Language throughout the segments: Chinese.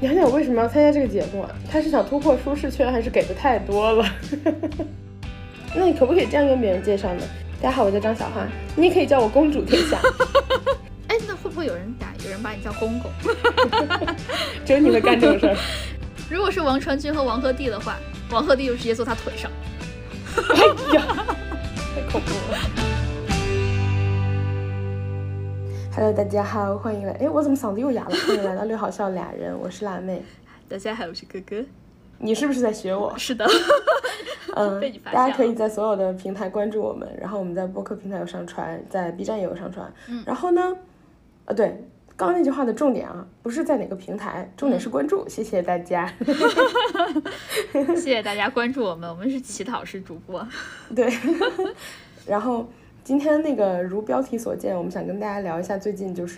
娘娘为什么要参加这个节目啊？她是想突破舒适圈，还是给的太多了？那你可不可以这样跟别人介绍呢？大家好，我叫张小花，你也可以叫我公主天下。 哎，那会不会有人把你叫公公？ 只有你会干这种事儿。 如果是王传君和王鹤棣的话，王鹤棣就直接坐他腿上。 哎呀，太恐怖了。Hello， 大家好，欢迎来。哎，我怎么嗓子又哑了？欢迎来到六好笑俩人，我是辣妹。 大家好，我是哥哥。 你是不是在学我？ 是的。被你发现了。 大家可以在所有的平台关注我们，然后我们在播客平台有上传，在 B 站也有上传。然后呢，对，刚刚那句话的重点啊，不是在哪个平台，重点是关注。谢谢大家。 谢谢大家关注我们，我们是乞讨式主播。 对。然后今天那个如标题所见，我们想跟大家聊一下最近就是，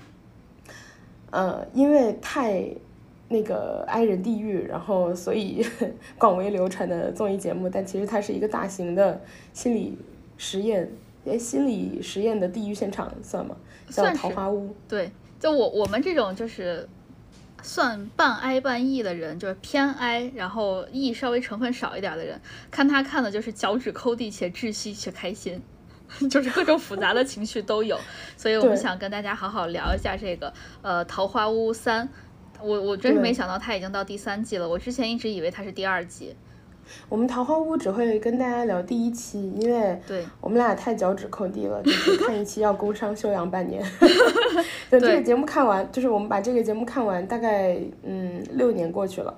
因为太那个哀人地狱，然后所以广为流传的综艺节目，但其实它是一个大型的心理实验的地狱现场，算吗？叫桃花坞。 对，就我们这种就是算半哀半意的人，就是偏哀，然后意稍微成分少一点的人，看他看的就是脚趾抠地且窒息且开心。就是各种复杂的情绪都有，所以我们想跟大家好好聊一下这个桃花坞3。我真是没想到它已经到第3季了，我之前一直以为它是第2季。 我们桃花坞只会跟大家聊第1期，因为我们俩太脚趾抠地了，就是看一期要工伤休养半年。等这个节目看完，就是我们把这个节目看完，大概6年过去了。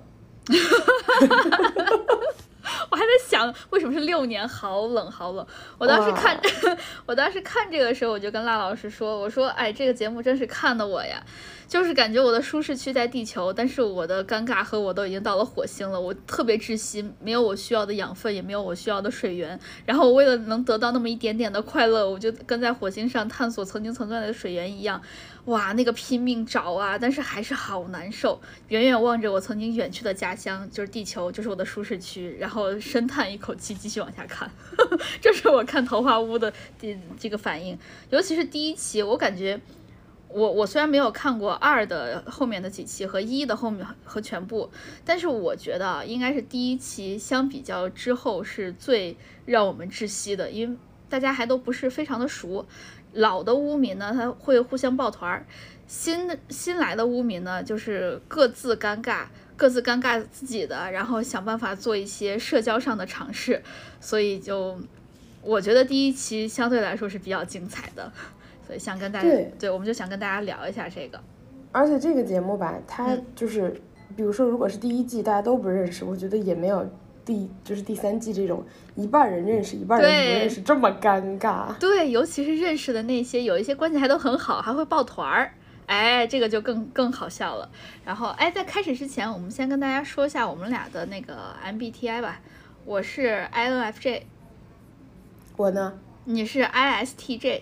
我还在想为什么是6年，好冷好冷。我当时看这个时候，我就跟辣老师说，我说哎，这个节目真是看的我呀，就是感觉我的舒适区在地球，但是我的尴尬和我都已经到了火星了，我特别窒息，没有我需要的养分，也没有我需要的水源，然后我为了能得到那么一点点的快乐，我就跟在火星上探索曾经存在的水源一样，哇，那个拼命找啊，但是还是好难受。远远望着我曾经远去的家乡，就是地球，就是我的舒适区，然后深叹一口气，继续往下看。这是我看桃花坞的这个反应，尤其是第1期，我感觉我虽然没有看过2的后面的几期和1的后面和全部，但是我觉得应该是第1期相比较之后是最让我们窒息的，因为大家还都不是非常的熟。老的污民呢，他会互相抱团，新来的污民呢，就是各自尴尬自己的，然后想办法做一些社交上的尝试，所以就我觉得第1期相对来说是比较精彩的，所以想跟大家对，我们就想跟大家聊一下这个。 而且这个节目吧，它就是，比如说如果是第1季大家都不认识，我觉得也没有第3季这种一半人认识一半人不认识这么尴尬。 对，尤其是认识的那些，有一些关系还都很好，还会抱团儿，哎，这个就更好笑了。然后哎，在开始之前，我们先跟大家说一下我们俩的那个 MBTI 吧。我是 INFJ。 我呢？ 你是 ISTJ。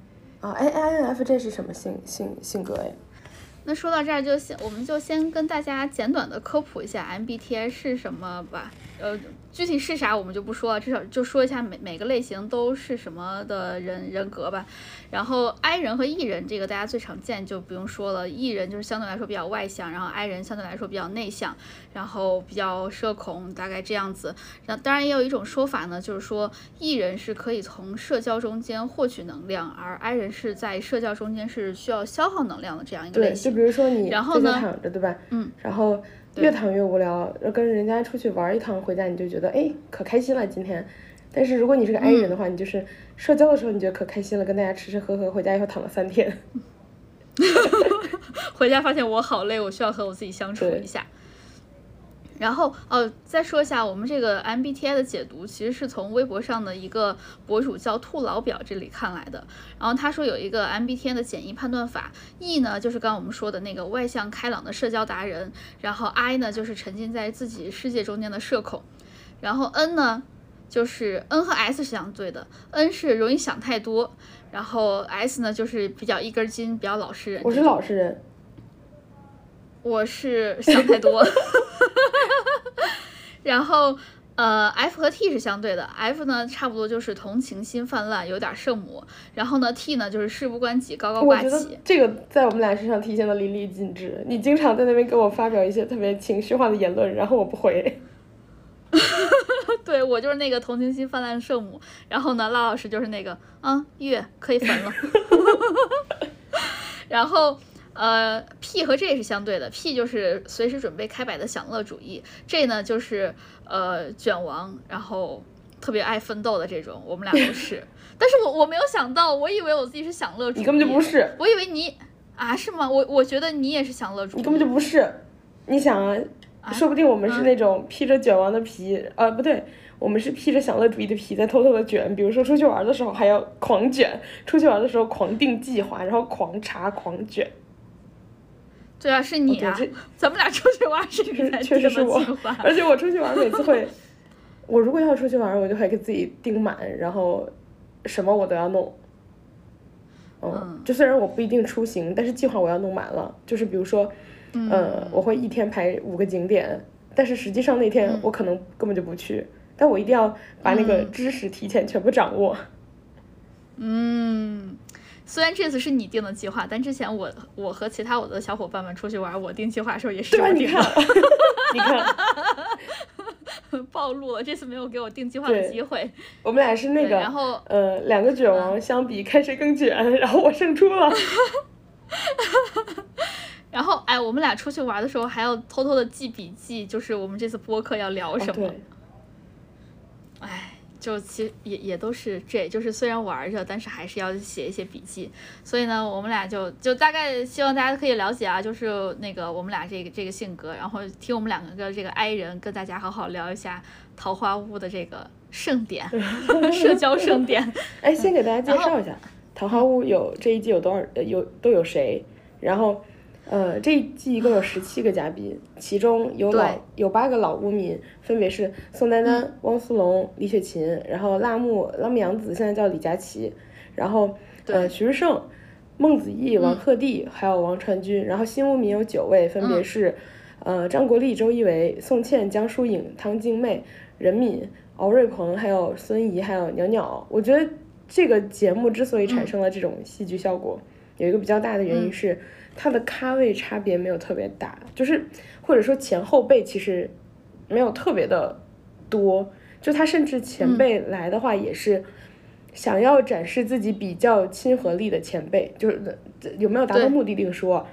INFJ 是什么性格呀？ 那说到这儿我们就先跟大家简短的科普一下 MBTI 是什么吧。具体是啥我们就不说了，至少就说一下每个类型都是什么的人格吧。然后 I 人和 E 人这个大家最常见，就不用说了。E 人就是相对来说比较外向，然后 I 人相对来说比较内向，然后比较社恐，大概这样子。当然也有一种说法呢，就是说 E 人是可以从社交中间获取能量，而 I 人是在社交中间是需要消耗能量的这样一个类型。 对，就比如说你在家躺着，对吧？然后越躺越无聊，跟人家出去玩一趟回家，你就觉得哎可开心了今天。但是如果你是个 I 人的话，你就是社交的时候你觉得可开心了，跟大家吃喝喝，回家以后躺了3天。 回家发现我好累，我需要和我自己相处一下。然后再说一下我们这个 MBTI 的解读，其实是从微博上的一个博主叫兔老表这里看来的。然后他说有一个 MBTI 的简易判断法， E 呢就是刚刚我们说的那个外向开朗的社交达人，然后 I 呢就是沉浸在自己世界中间的社恐，然后 N 呢就是 N 和 S 是相对的， N 是容易想太多，然后 S 呢就是比较一根筋，比较老实人。 我是老实人。 我是想太多。然后 F 和 T 是相对的 ，F 呢差不多就是同情心泛滥，有点圣母，然后呢 T 呢就是事不关己，高高挂起。 我觉得这个在我们俩身上体现的淋漓尽致。你经常在那边给我发表一些特别情绪化的言论，然后我不回。 对，我就是那个同情心泛滥圣母，然后呢，辣老师就是那个月可以焚了。然后P 和 J 是相对的 ，P 就是随时准备开摆的享乐主义 ，J 呢就是卷王，然后特别爱奋斗的这种，我们俩都是。但是我没有想到，我以为我自己是享乐主义， 你根本就不是。 我以为你是吗？我觉得你也是享乐主义， 你根本就不是。你想说不定我们是那种披着卷王的皮，不对，我们是披着享乐主义的皮在偷偷的卷。比如说出去玩的时候还要狂卷，出去玩的时候狂定计划，然后狂查狂卷。 对啊，是你啊！咱们俩出去玩是你在确实是我，而且我出去玩每次会，我如果要出去玩，我就会给自己定满，然后什么我都要弄。就虽然我不一定出行，但是计划我要弄满了。就是比如说，我会一天排5个景点，但是实际上那天我可能根本就不去，但我一定要把那个知识提前全部掌握。 虽然这次是你定的计划，但之前我和其他我的小伙伴们出去玩，我定计划的时候也是我定的。 你看， 暴露了，这次没有给我定计划的机会。 我们俩是那个， 然后 2个卷王相比，看谁更卷，然后我胜出了。 然后我们俩出去玩的时候还要偷偷的记笔记，就是我们这次播客要聊什么。就其实也都是就是虽然玩着，但是还是要写一些笔记。所以呢，我们俩就大概希望大家可以了解啊，就是那个我们俩这个性格，然后听我们两个这个 I 人跟大家好好聊一下桃花坞的这个盛典，社交盛典。 先给大家介绍一下桃花坞这一季有都有谁，然后这一季一共有17个嘉宾，其中有8个老污民，分别是宋丹丹、汪苏泷、李雪琴，然后辣目洋子现在叫李佳琦，然后徐志胜、孟子义、王鹤棣，还有王传君，然后新污民有9位，分别是张国立、周一围、宋茜、江疏影、汤静妹、任敏、敖瑞鹏，还有孙怡，还有袅袅。我觉得这个节目之所以产生了这种戏剧效果，有一个比较大的原因是它的咖位差别没有特别大，就是或者说前后辈其实没有特别的多，就他甚至前辈来的话也是想要展示自己比较亲和力的前辈，就是有没有达到目的另说。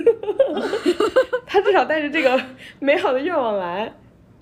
他至少带着这个美好的愿望来。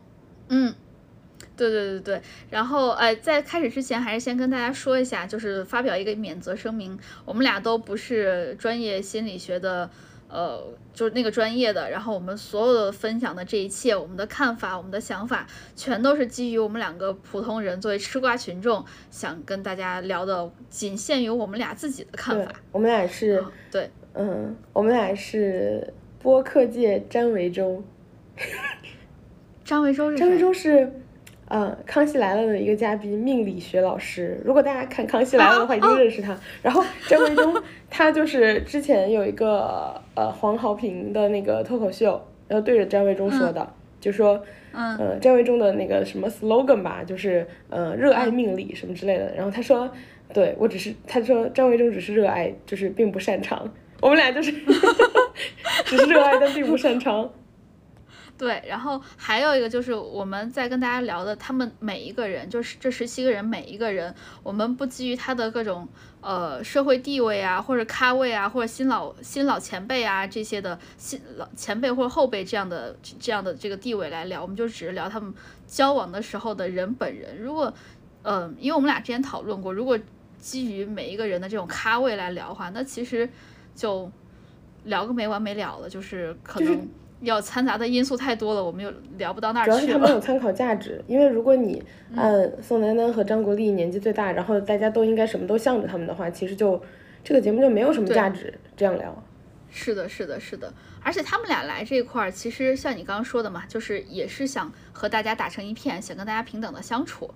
对，然后在开始之前还是先跟大家说一下，就是发表一个免责声明，我们俩都不是专业心理学的就是那个专业的，然后我们所有的分享的这一切，我们的看法，我们的想法，全都是基于我们2个普通人作为吃瓜群众想跟大家聊的，仅限于我们俩自己的看法。 我们俩是我们俩是播客界詹维洲。 张维洲是谁？ 张维洲是康熙来了的一个嘉宾，命理学老师。如果大家看康熙来了的话，一定认识他。然后张维忠他就是之前有一个黄豪平的那个脱口秀，然后对着张维忠说的，就说张维忠的那个什么 slogan 吧，就是热爱命理什么之类的。然后他说，对我他说张维忠只是热爱，就是并不擅长。我们俩就是只是热爱，但并不擅长。 对，然后还有一个就是我们在跟大家聊的，他们每一个人，就是这17个人每一个人，我们不基于他的各种社会地位啊，或者咖位啊，或者新老前辈啊这些的新老前辈或者后辈这样的这个地位来聊，我们就只是聊他们交往的时候的人本人。如果因为我们俩之前讨论过，如果基于每一个人的这种咖位来聊的话，那其实就聊个没完没了了，就是可能要掺杂的因素太多了，我们又聊不到那儿去了。 主要是他们有参考价值，因为如果你按宋丹丹和张国立年纪最大，然后大家都应该什么都向着他们的话，其实就这个节目就没有什么价值。这样聊。 是的，而且他们俩来这一块儿，其实像你刚刚说的嘛，就是也是想和大家打成一片，想跟大家平等的相处。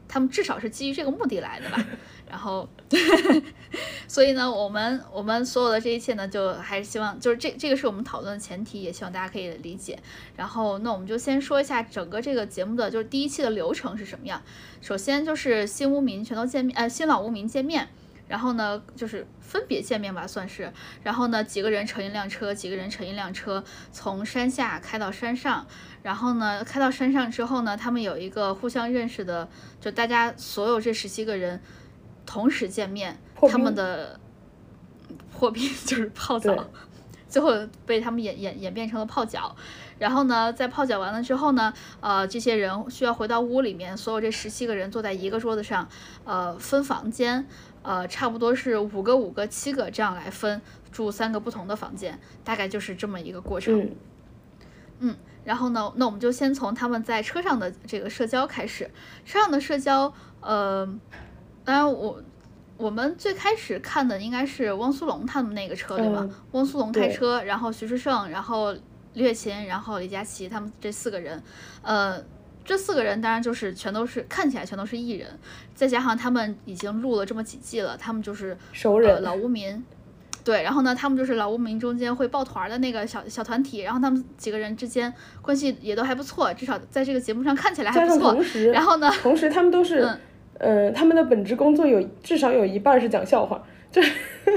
他们至少是基于这个目的来的吧。然后所以呢我们所有的这一切呢，就还是希望就是这个是我们讨论的前提，也希望大家可以理解。然后那我们就先说一下整个这个节目的就是第一期的流程是什么样。首先就是新屋民全都见面，新老屋民见面，然后呢就是分别见面吧算是，然后呢几个人乘一辆车，几个人乘一辆车，从山下开到山上，然后呢开到山上之后呢，他们有一个互相认识的，就大家所有这17个人同时见面，他们的破冰就是泡澡，最后被他们演变成了泡脚。然后呢在泡脚完了之后呢，这些人需要回到屋里面，所有这17个人坐在一个桌子上，分房间，差不多是5个5个7个这样来分，住3个不同的房间，大概就是这么一个过程。然后呢，那我们就先从他们在车上的这个社交开始。车上的社交，当然我们最开始看的应该是汪苏泷他们那个车，对吧？汪苏泷开车，然后徐志胜，然后李雪琴，然后李佳琦，他们这4个人，这4个人当然就是全都是看起来全都是艺人，再加上他们已经录了这么几季了，他们就是熟人， 老屋民。对，然后呢，他们就是老屋民中间会抱团的那个小团体，然后他们几个人之间关系也都还不错，至少在这个节目上看起来还不错。然后呢， 同时他们都是，他们的本职工作至少有一半是讲笑话。对， 这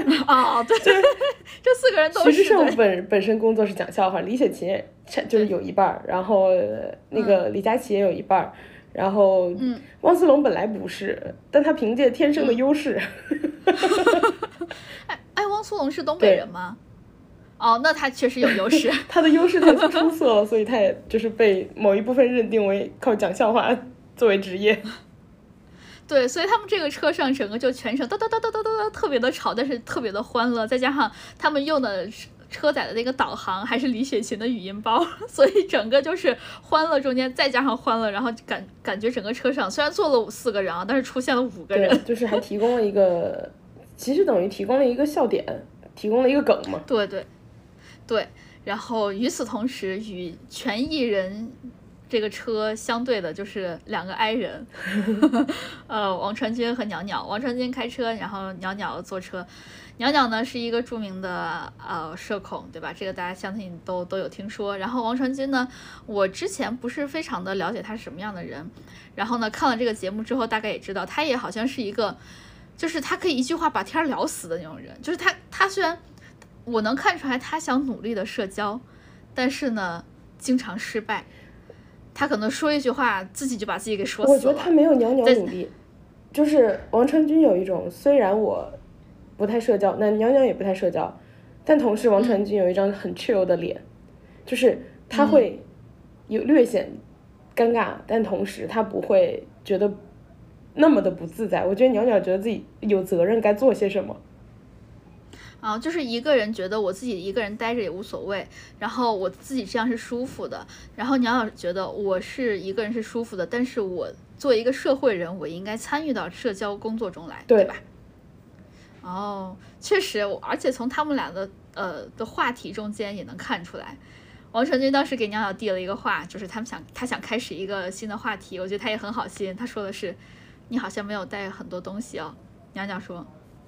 4个人都是。 徐志胜本身工作是讲笑话，李雪琴就是有一半，然后那个李佳琦也有一半，然后汪苏泷本来不是，但他凭借天生的优势。 汪苏泷是东北人吗？哦，那他确实有优势。 他的优势太出色了，所以他也就是被某一部分认定为靠讲笑话作为职业。 对，所以他们这个车上整个就全程哒哒哒哒哒哒，特别的吵，但是特别的欢乐，再加上他们用的车载的那个导航还是李雪琴的语音包，所以整个就是欢乐中间再加上欢乐，然后感觉整个车上虽然坐了4个人啊，但是出现了5个人， 就是还提供了一个，其实等于提供了一个笑点，提供了一个梗嘛。 对，然后与此同时，与全艺人这个车相对的就是2个哀人，王传君和袅袅。王传君开车，然后袅袅坐车。袅袅呢是一个著名的社恐，对吧？这个大家相信都有听说。然后王传君呢，我之前不是非常的了解他是什么样的人，然后呢看了这个节目之后，大概也知道他也好像是一个，就是他可以一句话把天聊死的那种人。就是他虽然我能看出来他想努力的社交，但是呢经常失败。他可能说一句话自己就把自己给说死了。 我觉得他没有袅袅努力，就是王传君有一种，虽然我不太社交，那袅袅也不太社交，但同时王传君有一张很 chill 的脸，就是他会有略显尴尬，但同时他不会觉得那么的不自在。我觉得袅袅觉得自己有责任该做些什么。 就是一个人觉得我自己一个人待着也无所谓，然后我自己这样是舒服的，然后袅袅觉得我是一个人是舒服的，但是我作为一个社会人，我应该参与到社交工作中来，对吧？确实，而且从他们俩的话题中间也能看出来，王传君当时给袅袅递了一个话，就是他想开始一个新的话题，我觉得他也很好心，他说的是你好像没有带很多东西哦，袅袅说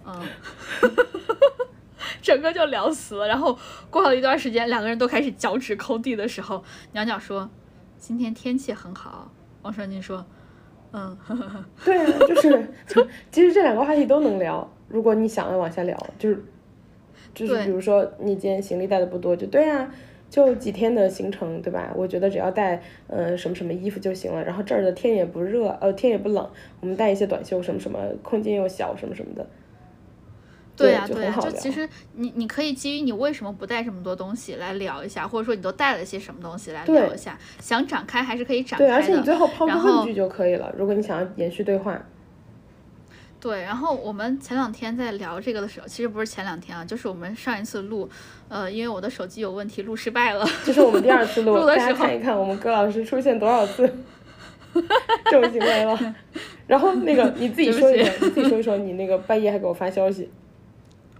整个就聊死了。然后过了一段时间，2个人都开始脚趾抠地的时候，袅袅说今天天气很好，王传君说对啊，就是其实这2个话题都能聊，如果你想要往下聊，就是比如说你今天行李带的不多，就对啊，就几天的行程，对吧？我觉得只要带什么什么衣服就行了，然后这儿的天也不热，天也不冷，我们带一些短袖什么什么，空间又小什么什么的。 对呀，就其实你可以基于你为什么不带这么多东西来聊一下，或者说你都带了些什么东西来聊一下，想展开还是可以展开的。 对，而且你最后抛个问句就可以了，如果你想要延续对话。 对，然后我们前2天在聊这个的时候，其实不是前2天啊，就是我们上一次录，因为我的手机有问题，录失败了。 这是我们第2次录的时候， 大家看一看我们葛老师出现多少次这种行为了。然后那个你自己说一说，你那个半夜还给我发消息。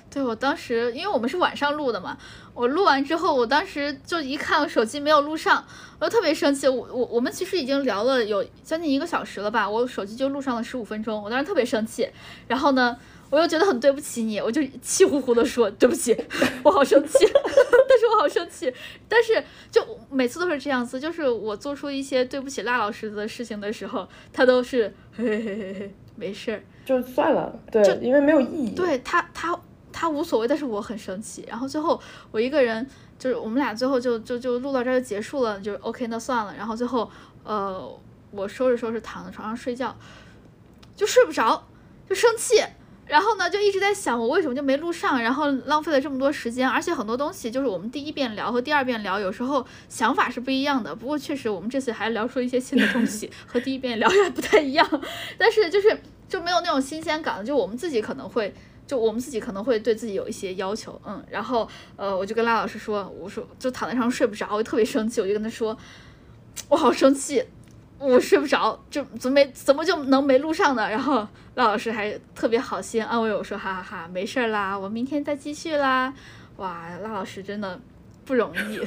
对，我当时因为我们是晚上录的嘛，我录完之后，我当时就一看我手机没有录上，我就特别生气。我们其实已经聊了有将近1个小时了吧，我手机就录上了15分钟，我当时特别生气。然后呢，我又觉得很对不起你，我就气呼呼的说对不起，我好生气，但是我好生气，但是就每次都是这样子，就是我做出一些对不起辣老师的事情的时候，他都是嘿嘿嘿嘿嘿，没事儿， 就算了，对，因为没有意义。 对他无所谓，但是我很生气。然后最后我一个人，就是我们俩最后就录到这儿就结束了，就 OK 那算了。然后最后我收拾躺在床上睡觉，就睡不着，就生气。然后呢，就一直在想我为什么就没录上，然后浪费了这么多时间，而且很多东西就是我们第一遍聊和第二遍聊，有时候想法是不一样的。不过确实我们这次还聊出一些新的东西，和第一遍聊也不太一样，但是就没有那种新鲜感，就我们自己可能会对自己有一些要求，然后我就跟拉老师说，我说就躺在床上睡不着，我特别生气，我就跟他说，我好生气。我睡不着，就怎么就能没录上呢？然后赖老师还特别好心安慰我说：“哈哈哈，没事啦，我明天再继续啦。”哇，赖老师真的不容易，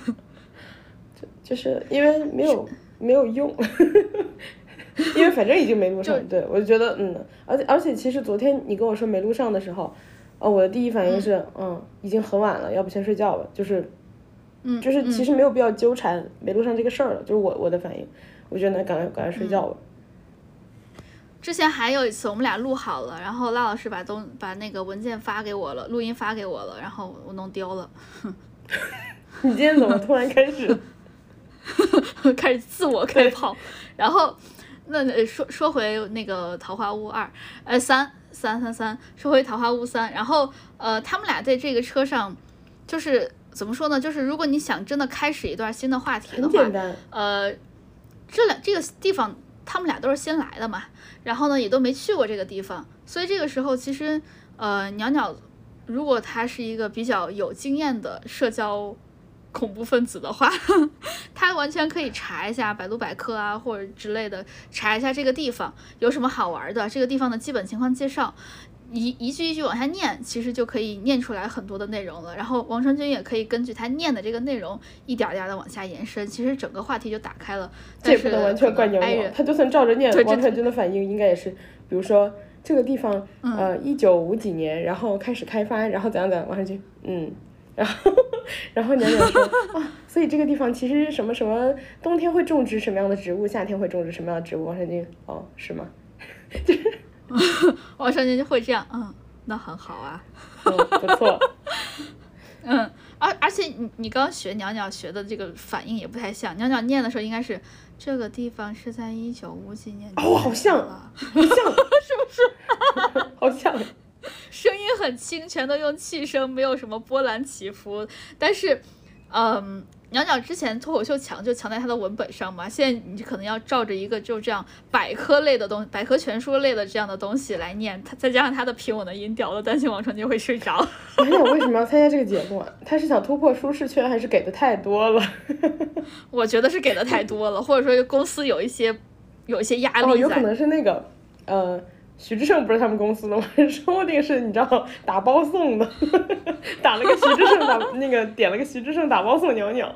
就是因为没有用，因为反正已经没录上。对，我就觉得而且其实昨天你跟我说没录上的时候，我的第一反应是已经很晚了，要不先睡觉吧。就是其实没有必要纠缠没录上这个事儿了，就是我的反应。我觉得那赶快睡觉吧。 之前还有一次我们俩录好了，然后拉老师把那个文件发给我了，录音发给我了，然后我弄丢了。 你今天怎么突然开始开始自我开炮？然后那说回那个桃花坞3，说回桃花坞3，然后他们俩在这个车上就是怎么说呢，就是如果你想真的开始一段新的话题的话， 很简单， 这个地方他们俩都是新来的嘛，然后呢也都没去过这个地方，所以这个时候其实袅袅如果他是一个比较有经验的社交恐怖分子的话，他完全可以查一下百度百科啊或者之类的，查一下这个地方有什么好玩的，这个地方的基本情况介绍，一句一句往下念，其实就可以念出来很多的内容了。然后王传君也可以根据他念的这个内容一点点的往下延伸，其实整个话题就打开了。 这也不能完全怪袅袅，他就算照着念，王传君的反应应该也是，比如说这个地方1950几年，然后开始开发，然后怎样，王传君然后袅袅说所以这个地方其实什么什么冬天会种植什么样的植物，夏天会种植什么样的植物，王传君是吗？就是王传君就会这样，那很好啊， 不错。 而且你刚学袅袅学的这个反应也不太像，袅袅念的时候应该是这个地方是在1950几年好像是不是？ 好像声音很轻，全都用气声，没有什么波澜起伏。但是袅袅之前脱口秀强就强在他的文本上嘛，现在你可能要照着一个就这样百科类的东西，百科全书类的这样的东西来念，再加上他的平稳的音调，我担心王传君会睡着。 袅袅为什么要参加这个节目啊？他是想突破舒适圈，还是给的太多了？ 我觉得是给的太多了，或者说公司有一些压力在。 有可能是那个徐志胜不是他们公司的吗？说不定是你知道打包送的，打了个徐志胜点了个徐志胜打包送袅袅。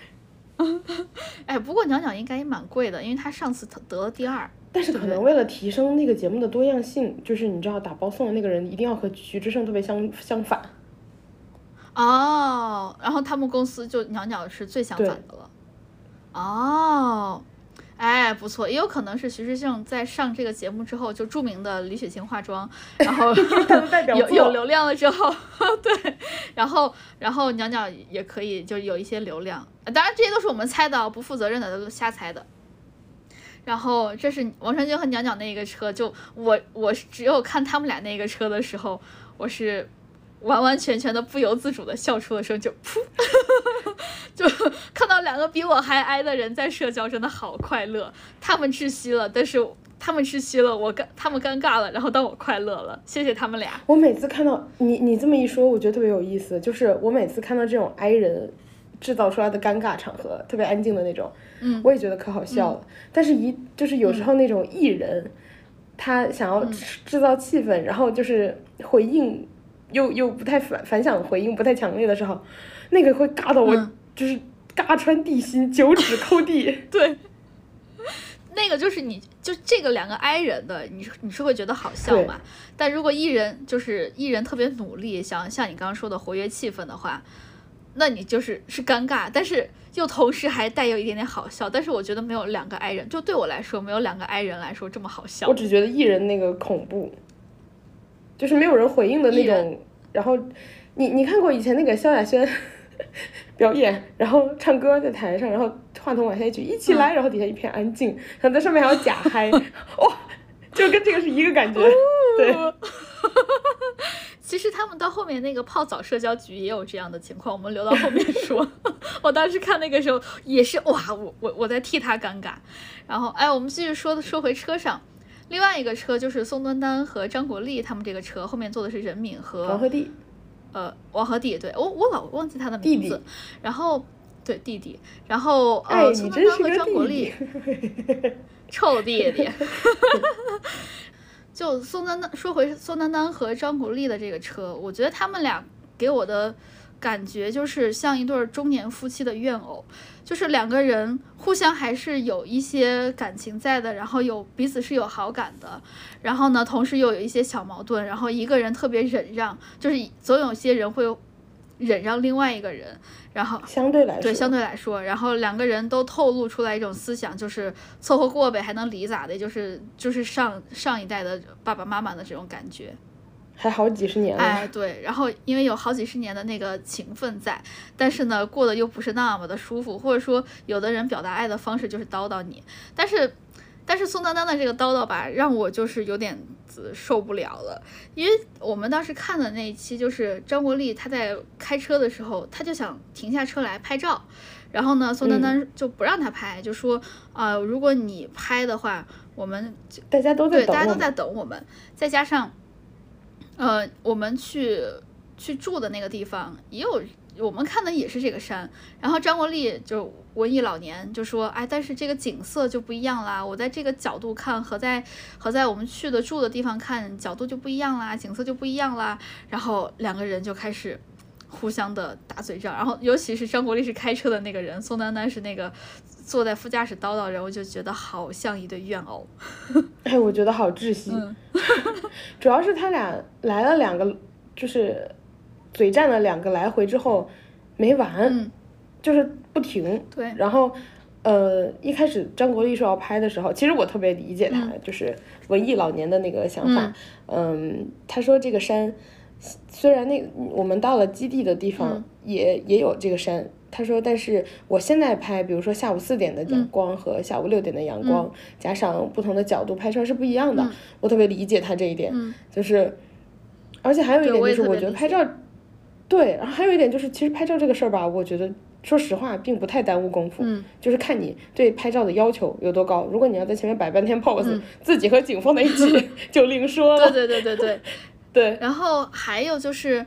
不过袅袅应该也蛮贵的，因为他上次得了第2。 但是可能为了提升那个节目的多样性，就是你知道打包送的那个人一定要和徐志胜特别相反。 然后他们公司就袅袅是最相反的了。不错，也有可能是徐志胜在上这个节目之后就著名的李雪琴化妆，然后有流量了之后，对，然后袅袅也可以就有一些流量，当然这些都是我们猜的，不负责任的都瞎猜的。然后这是王传君和袅袅那个车，就我只有看他们俩那个车的时候，我是完完全全的不由自主的笑出了声，就噗就看到2个比我还矮的人在社交，真的好快乐。他们窒息了，但是他们窒息了，他们尴尬了，然后但我快乐了，谢谢他们俩。 我每次看到你这么一说，我觉得特别有意思，就是我每次看到这种挨人制造出来的尴尬场合，特别安静的那种，我也觉得可好笑了。但是就是有时候那种艺人，他想要制造气氛，然后就是回应又不太反响回应不太强烈的时候，那个会尬到我就是尬穿地心，九指抠地。 对，那个就是就这个2个 I 人的，你是会觉得好笑嘛？但如果艺人特别努力，像你刚刚说的活跃气氛的话，那你是尴尬，但是又同时还带有一点点好笑。但是我觉得没有2个 I 人，就对我来说没有2个 I 人来说这么好笑。 我只觉得艺人那个恐怖，就是没有人回应的那种。然后你看过以前那个萧亚轩表演，然后唱歌在台上，然后话筒往下一举一起来，然后底下一片安静，然后在上面还有假嗨，哇，就跟这个是一个感觉。对。 其实他们到后面那个泡澡社交局也有这样的情况，我们留到后面说。我当时看那个时候也是哇，我在替他尴尬。然后我们继续说回车上，另外一个车就是宋丹丹和张国立他们这个车后面坐的是任敏和王鹤棣。 王鹤棣，对，我老忘记他的名字。 弟弟。 然后对弟弟，然后宋丹丹和张国立，臭弟弟。就说回宋丹丹和张国立的这个车，我觉得他们俩给我的感觉就是像一对中年夫妻的怨偶，就是2个人互相还是有一些感情在的，然后彼此是有好感的，然后呢同时又有一些小矛盾，然后一个人特别忍让，就是总有些人会忍让另外一个人，然后相对来说，然后2个人都透露出来一种思想，就是凑合过呗，还能离咋的，就是上一代的爸爸妈妈的这种感觉， 还好几十年了。 对，然后因为有好几十年的那个情分在，但是呢过得又不是那么的舒服，或者说有的人表达爱的方式就是叨叨你，但是宋丹丹的这个叨叨吧，让我就是有点受不了了。因为我们当时看的那一期，就是张国立他在开车的时候，他就想停下车来拍照，然后呢宋丹丹就不让他拍，就说如果你拍的话，我们大家都在等我们，再加上我们去住的那个地方也有，我们看的也是这个山，然后张国立就文艺老年就说，但是这个景色就不一样啦，我在这个角度看和在我们去的住的地方看角度就不一样啦，景色就不一样啦，然后2个人就开始互相的打嘴仗，然后尤其是张国立是开车的那个人，宋丹丹是那个坐在副驾驶叨叨人，我就觉得好像一对怨偶。 我觉得好窒息。主要是他俩来了2个，就是嘴战了2个来回之后没完，就是不停。 对， 然后一开始张国立说要拍的时候，其实我特别理解他，就是文艺老年的那个想法。他说这个山虽然我们到了基地的地方也有这个山，他说但是我现在拍，比如说下午4点的阳光和下午6点的阳光，加上不同的角度拍出来是不一样的。我特别理解他这一点。就是而且还有一点就是我觉得拍照，对，然后还有一点就是其实拍照这个事儿吧，我觉得说实话并不太耽误功夫。就是看你对拍照的要求有多高，如果你要在前面摆半天 pose，自己和景放在一起就另说了。对。 然后还有就是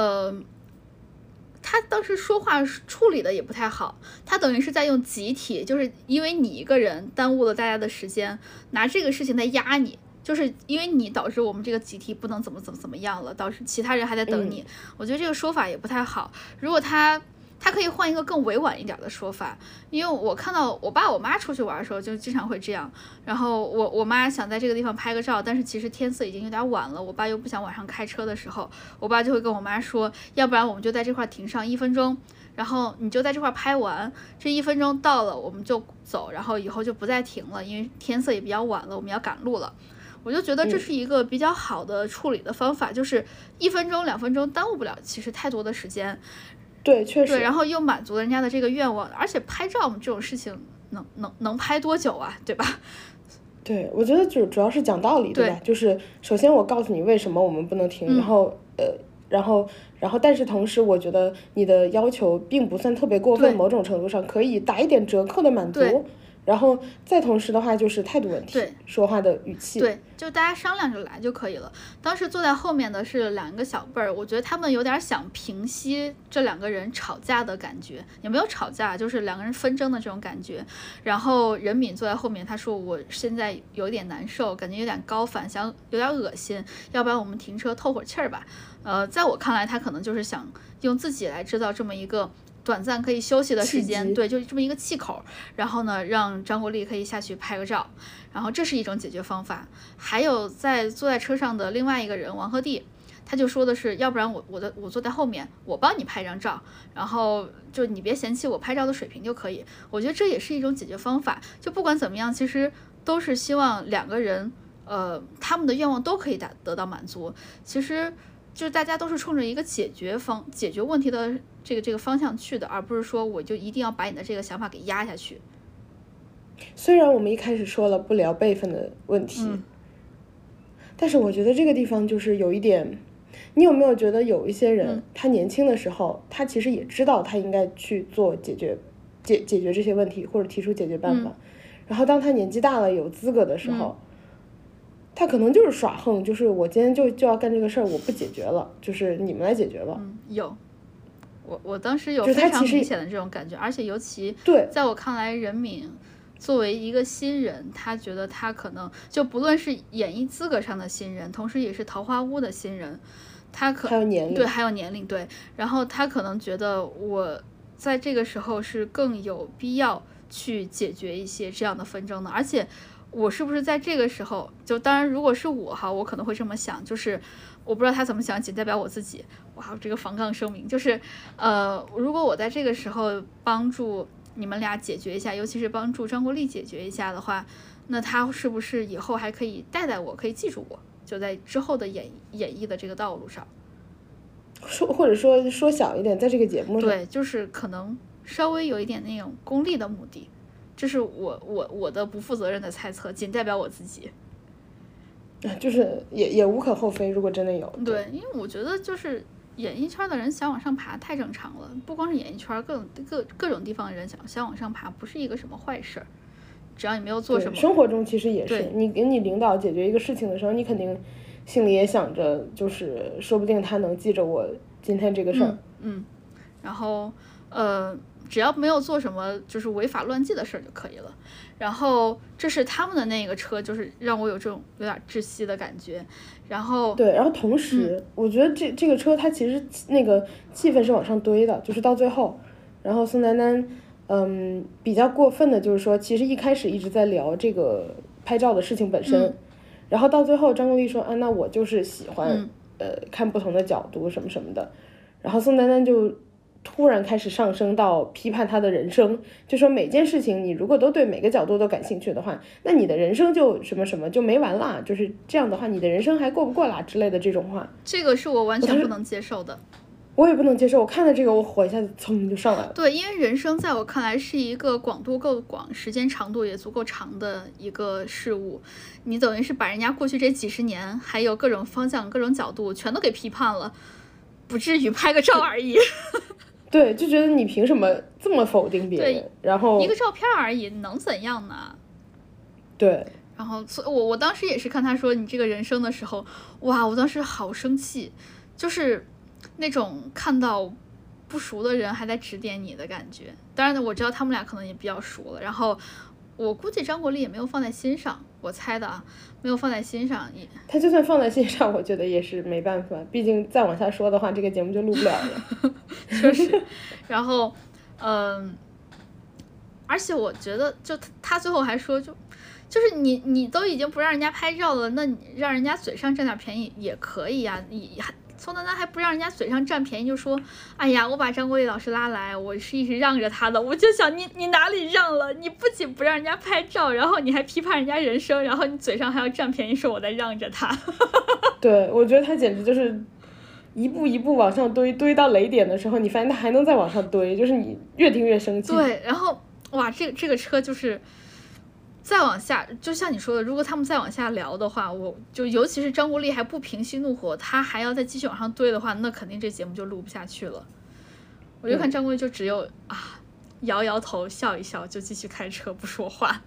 他当时说话处理的也不太好，他等于是在用集体，就是因为你一个人耽误了大家的时间，拿这个事情来压你，就是因为你导致我们这个集体不能怎么样了，导致其他人还在等你。我觉得这个说法也不太好，如果他可以换一个更委婉一点的说法，因为我看到我爸我妈出去玩的时候就经常会这样，然后我妈想在这个地方拍个照，但是其实天色已经有点晚了，我爸又不想晚上开车的时候，我爸就会跟我妈说，要不然我们就在这块停上1分钟，然后你就在这块拍完，这1分钟到了我们就走，然后以后就不再停了，因为天色也比较晚了，我们要赶路了。我就觉得这是一个比较好的处理的方法，就是1分钟2分钟耽误不了其实太多的时间。 对，确实。 对，然后又满足了人家的这个愿望，而且拍照这种事情能拍多久啊，对吧？ 对，我觉得主要是讲道理，对吧？就是首先我告诉你为什么我们不能停，然后但是同时我觉得你的要求并不算特别过分，某种程度上可以打一点折扣的满足。 然后再同时的话就是态度问题， 对， 说话的语气， 对，就大家商量着来就可以了。当时坐在后面的是2个小辈儿，我觉得他们有点想平息这2个人吵架的感觉，也没有吵架，就是2个人纷争的这种感觉。然后任敏坐在后面，他说我现在有点难受，感觉有点高反，想有点恶心，要不然我们停车透会儿气儿吧。在我看来，他可能就是想用自己来制造这么一个短暂可以休息的时间，对，就这么一个气口，然后呢，让张国立可以下去拍个照，然后这是一种解决方法。还有坐在车上的另外一个人王鹤棣，他就说的是，要不然我坐在后面，我帮你拍张照，然后就你别嫌弃我拍照的水平就可以。我觉得这也是一种解决方法。就不管怎么样，其实都是希望2个人，他们的愿望都可以得到满足。其实就是大家都是冲着一个解决问题的这个方向去的，而不是说我就一定要把你的这个想法给压下去。 虽然我们一开始说了不聊辈分的问题，但是我觉得这个地方就是有一点，你有没有觉得有一些人，他年轻的时候，他其实也知道他应该去做解决这些问题，或者提出解决办法，然后当他年纪大了有资格的时候，他可能就是耍横，就是我今天就要干这个事儿，我不解决了，就是你们来解决吧。 有，我当时有非常明显的这种感觉，而且尤其在我看来，任敏作为一个新人，他觉得他可能就不论是演艺资格上的新人，同时也是桃花坞的新人，他还有年龄， 对，还有年龄，对，然后他可能觉得我在这个时候是更有必要去解决一些这样的纷争的，而且我是不是在这个时候，就当然如果是我哈，我可能会这么想，就是我不知道他怎么想，仅代表我自己。哇，这个防杠声明就是，如果我在这个时候帮助你们俩解决一下，尤其是帮助张国立解决一下的话，那他是不是以后还可以带我，可以记住我，就在之后的演绎的这个道路上， 或者说小一点，在这个节目上， 对，就是可能稍微有一点那种功利的目的。这是我的不负责任的猜测，仅代表我自己。 就是也无可厚非，如果真的有。 对，因为我觉得就是演艺圈的人想往上爬太正常了，不光是演艺圈，各种地方的人想往上爬，不是一个什么坏事儿。只要你没有做什么， 生活中其实也是，你给你领导解决一个事情的时候，你肯定心里也想着，就是说不定他能记着我今天这个事儿。 然后只要没有做什么就是违法乱纪的事儿就可以了。然后这是他们的那个车，就是让我有这种有点窒息的感觉。然后对，然后同时，我觉得这个车它其实那个气氛是往上堆的，就是到最后，然后宋丹丹比较过分的就是说，其实一开始一直在聊这个拍照的事情本身，然后到最后张国立说啊，那我就是喜欢看不同的角度什么什么的，然后宋丹丹就突然开始上升到批判他的人生，就说每件事情你如果都对每个角度都感兴趣的话，那你的人生就什么什么就没完啦，就是这样的话你的人生还过不过啦之类的这种话。 这个是我完全不能接受的。 我也不能接受，我看了这个我火一下子噌就上来了。 对，因为人生在我看来是一个广度够广，时间长度也足够长的一个事物，你等于是把人家过去这几十年还有各种方向各种角度全都给批判了，不至于拍个照而已。 对，就觉得你凭什么这么否定别人？然后一个照片而已，能怎样呢？ 对。 然后我当时也是看他说你这个人生的时候，哇，我当时好生气，就是那种看到不熟的人还在指点你的感觉。当然呢，我知道他们俩可能也比较熟了，然后我估计张国立也没有放在心上，我猜的啊，没有放在心上。 他就算放在心上，我觉得也是没办法，毕竟再往下说的话，这个节目就录不了了。 确实，然后而且我觉得就他最后还说就是你都已经不让人家拍照了，那你让人家嘴上占点便宜也可以呀。宋丹丹还不让人家嘴上占便宜，就说哎呀，我把张国立老师拉来，我是一直让着他的。我就想你哪里让了？你不仅不让人家拍照，然后你还批判人家人生，然后你嘴上还要占便宜，说我在让着他。对， 我觉得他简直就是一步一步往上堆到雷点的时候，你发现他还能再往上堆，就是你越听越生气。 对，然后哇，这个车就是再往下，就像你说的，如果他们再往下聊的话，我就尤其是张国立还不平息怒火，他还要再继续往上堆的话，那肯定这节目就录不下去了。我就看张国立就只有摇摇头笑一笑就继续开车不说话。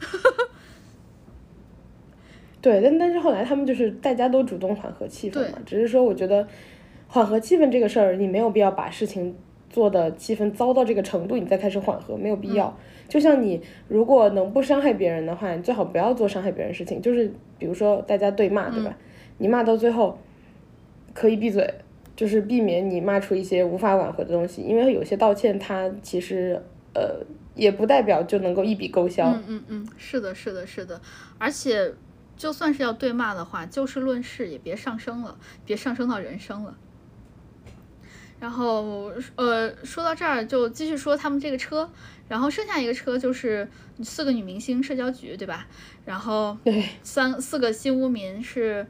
对，但是后来他们就是大家都主动缓和气氛嘛，只是说我觉得缓和气氛这个事儿，你没有必要把事情做的气氛糟到这个程度，你再开始缓和，没有必要。就像你如果能不伤害别人的话，你最好不要做伤害别人的事情。就是比如说大家对骂，对吧？你骂到最后可以闭嘴，就是避免你骂出一些无法挽回的东西，因为有些道歉它其实也不代表就能够一笔勾销。 是的，而且就算是要对骂的话，就事论事，也别上升了，别上升到人生了。然后说到这儿就继续说他们这个车，然后剩下一个车就是4个女明星社交局，对吧？然后4个新污民是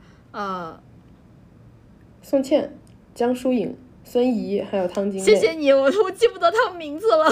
宋茜、江疏影、孙怡还有汤金妹。 谢谢你，我记不得他们名字了。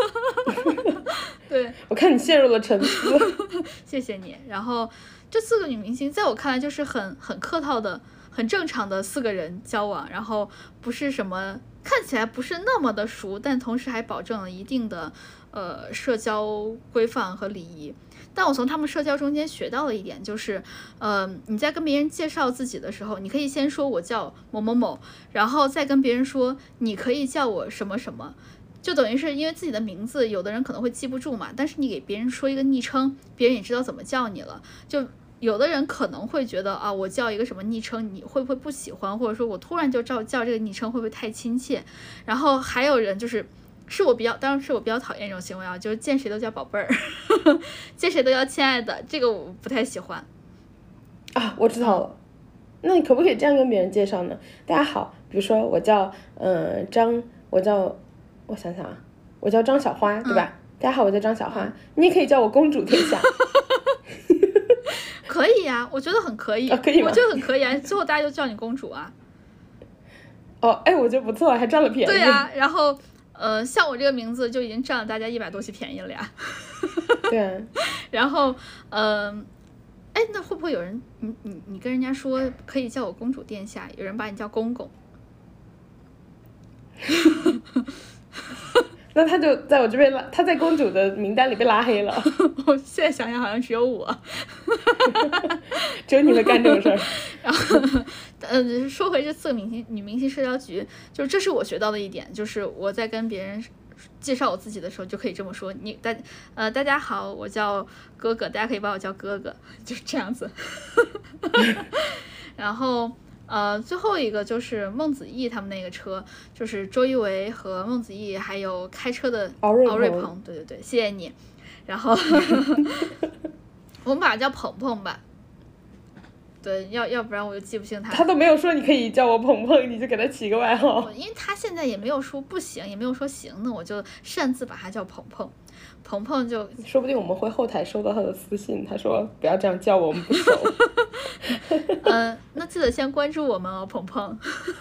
对， 我看你陷入了沉思。 谢谢你。然后这4个女明星在我看来就是很客套的很正常的4个人交往，然后不是什么看起来不是那么的熟，但同时还保证了一定的社交规范和礼仪。但我从他们社交中间学到了一点，就是你在跟别人介绍自己的时候，你可以先说我叫某某某，然后再跟别人说你可以叫我什么什么，就等于是因为自己的名字有的人可能会记不住嘛，但是你给别人说一个昵称，别人也知道怎么叫你了。就有的人可能会觉得啊，我叫一个什么昵称你会不会不喜欢，或者说我突然就叫这个昵称会不会太亲切。然后还有人当然是我比较讨厌这种行为啊，就是见谁都叫宝贝儿，见谁都叫亲爱的，这个我不太喜欢啊。我知道了，那你可不可以这样跟别人介绍呢？大家好，比如说我叫我想想啊，我叫张小花，对吧？大家好，我叫张小花，你也可以叫我公主天下。 可以呀，我觉得很可以， 可以吗？ 我觉得很可以啊，最后大家就叫你公主啊。 哎，我觉得不错，还占了便宜。 对呀，然后像我这个名字就已经占了大家100多期便宜了呀。 对啊。 然后那会不会有人你跟人家说可以叫我公主殿下，有人把你叫公公？ 那他就在我这边他在公主的名单里被拉黑了。 我现在想想好像只有我。 只有你会干这种事儿。 然后说回这4个女明星社交局，就是这是我学到的一点，就是我在跟别人介绍我自己的时候就可以这么说，大家好，我叫哥哥，大家可以把我叫哥哥，就是这样子。然后最后一个就是孟子义他们那个车，就是周一围和孟子义还有开车的敖瑞鹏，对，谢谢你。然后我们把他叫鹏鹏吧，对，要不然我就记不清他。 他都没有说你可以叫我鹏鹏，你就给他起个外号。 因为他现在也没有说不行，也没有说行的，我就擅自把他叫鹏鹏。鹏鹏就说不定我们会后台收到他的私信，他说不要这样叫我，我们不熟。 那记得先关注我们哦，鹏鹏。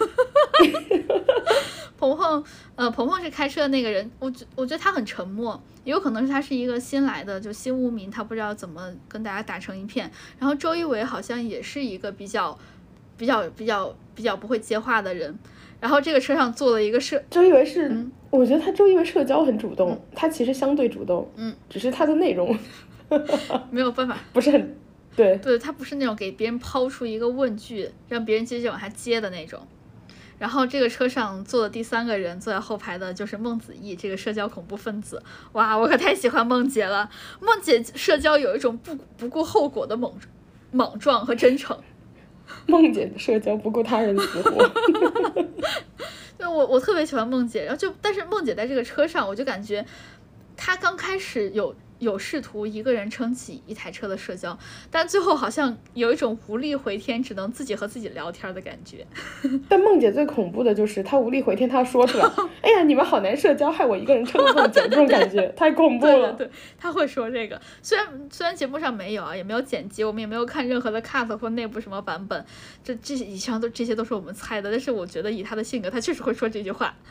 鹏鹏是开车的那个人，我觉得他很沉默，也有可能是他是一个新来的就新污民，他不知道怎么跟大家打成一片。然后周一围好像也是一个比较不会接话的人。然后这个车上坐了一个周一围是，我觉得周一围社交很主动，他其实相对主动，只是他的内容没有办法， 不是很对， 他不是那种给别人抛出一个问句让别人接着往下接的那种。然后这个车上坐的第3个人，坐在后排的就是孟子义这个社交恐怖分子。哇，我可太喜欢孟姐了，孟姐社交有一种不顾后果的莽撞和真诚。 孟姐的社交不顾他人死活。 对，我特别喜欢孟姐，然后但是孟姐在这个车上，我就感觉她刚开始有试图一个人撑起一台车的社交，但最后好像有一种无力回天，只能自己和自己聊天的感觉。 但孟姐最恐怖的就是她无力回天，她说出来，哎呀，你们好难社交，害我一个人撑了这么久，这种感觉太恐怖了。 对，她会说这个，虽然节目上没有啊，也没有剪辑，我们也没有看任何的 cut 或内部什么版本，以上这些都是我们猜的，但是我觉得以她的性格，她确实会说这句话。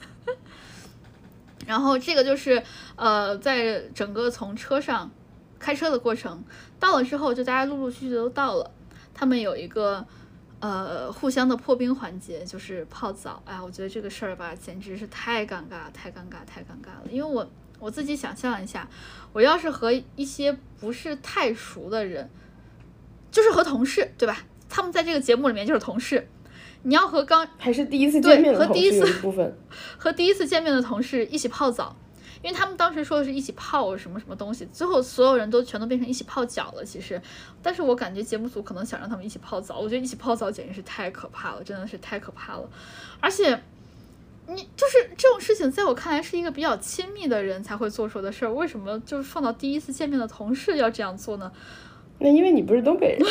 然后这个就是在整个从车上开车的过程到了之后，就大家陆陆续续都到了。他们有一个互相的破冰环节，就是泡澡。哎，我觉得这个事儿吧，简直是太尴尬了，太尴尬，太尴尬了。因为我自己想象一下，我要是和一些不是太熟的人，就是和同事，对吧？他们在这个节目里面就是同事。你要和还是第一次见面的同事有一部分和第一次见面的同事一起泡澡，因为他们当时说的是一起泡什么什么东西，最后所有人都全都变成一起泡脚了。其实，但是我感觉节目组可能想让他们一起泡澡，我觉得一起泡澡简直是太可怕了，真的是太可怕了。而且，你就是这种事情，在我看来是一个比较亲密的人才会做出的事儿，为什么就是放到第一次见面的同事要这样做呢？ 那因为你不是东北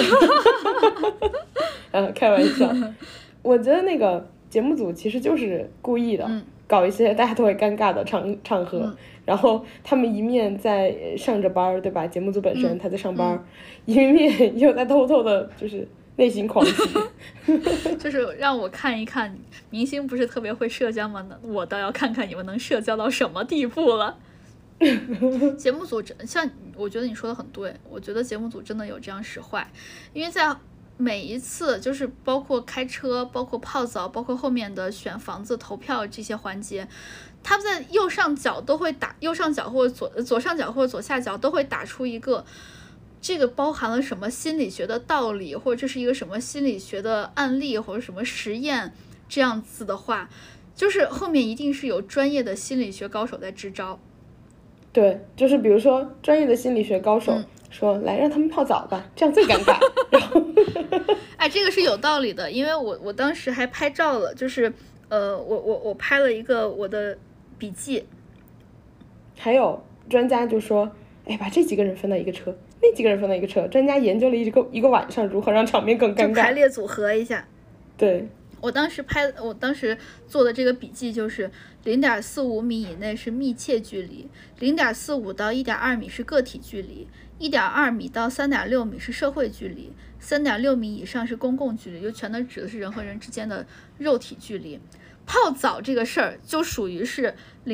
人，开玩笑。我觉得那个节目组其实就是故意的，搞一些大家都会尴尬的场合，然后他们一面在上着班，对吧？节目组本身他在上班，一面又在偷偷的，就是内心狂喜， 就是让我看一看，明星不是特别会社交吗？我倒要看看你们能社交到什么地步了。节目组像我觉得你说的很对，我觉得节目组真的有这样使坏，因为在每一次就是包括开车，包括泡澡，包括后面的选房子、投票这些环节，他们在右上角都会打，右上角或者左上角或者左下角都会打出一个这个包含了什么心理学的道理，或者这是一个什么心理学的案例或者什么实验这样子的话，就是后面一定是有专业的心理学高手在支招。 对，就是比如说专业的心理学高手说，来让他们泡澡吧，这样最尴尬。然后哎，这个是有道理的，因为我当时还拍照了，就是我拍了一个我的笔记。 还有专家就说，哎，把这几个人分到一个车，那几个人分到一个车，专家研究了一个晚上如何让场面更尴尬， 就排列组合一下。 对， 我当时做的这个笔记就是0.45米以内是密切距离，0.45到1.2米是个体距离，1.2米到3.6米是社会距离，3.6米以上是公共距离，就全都指的是人和人之间的肉体距离。泡澡这个事儿就属于是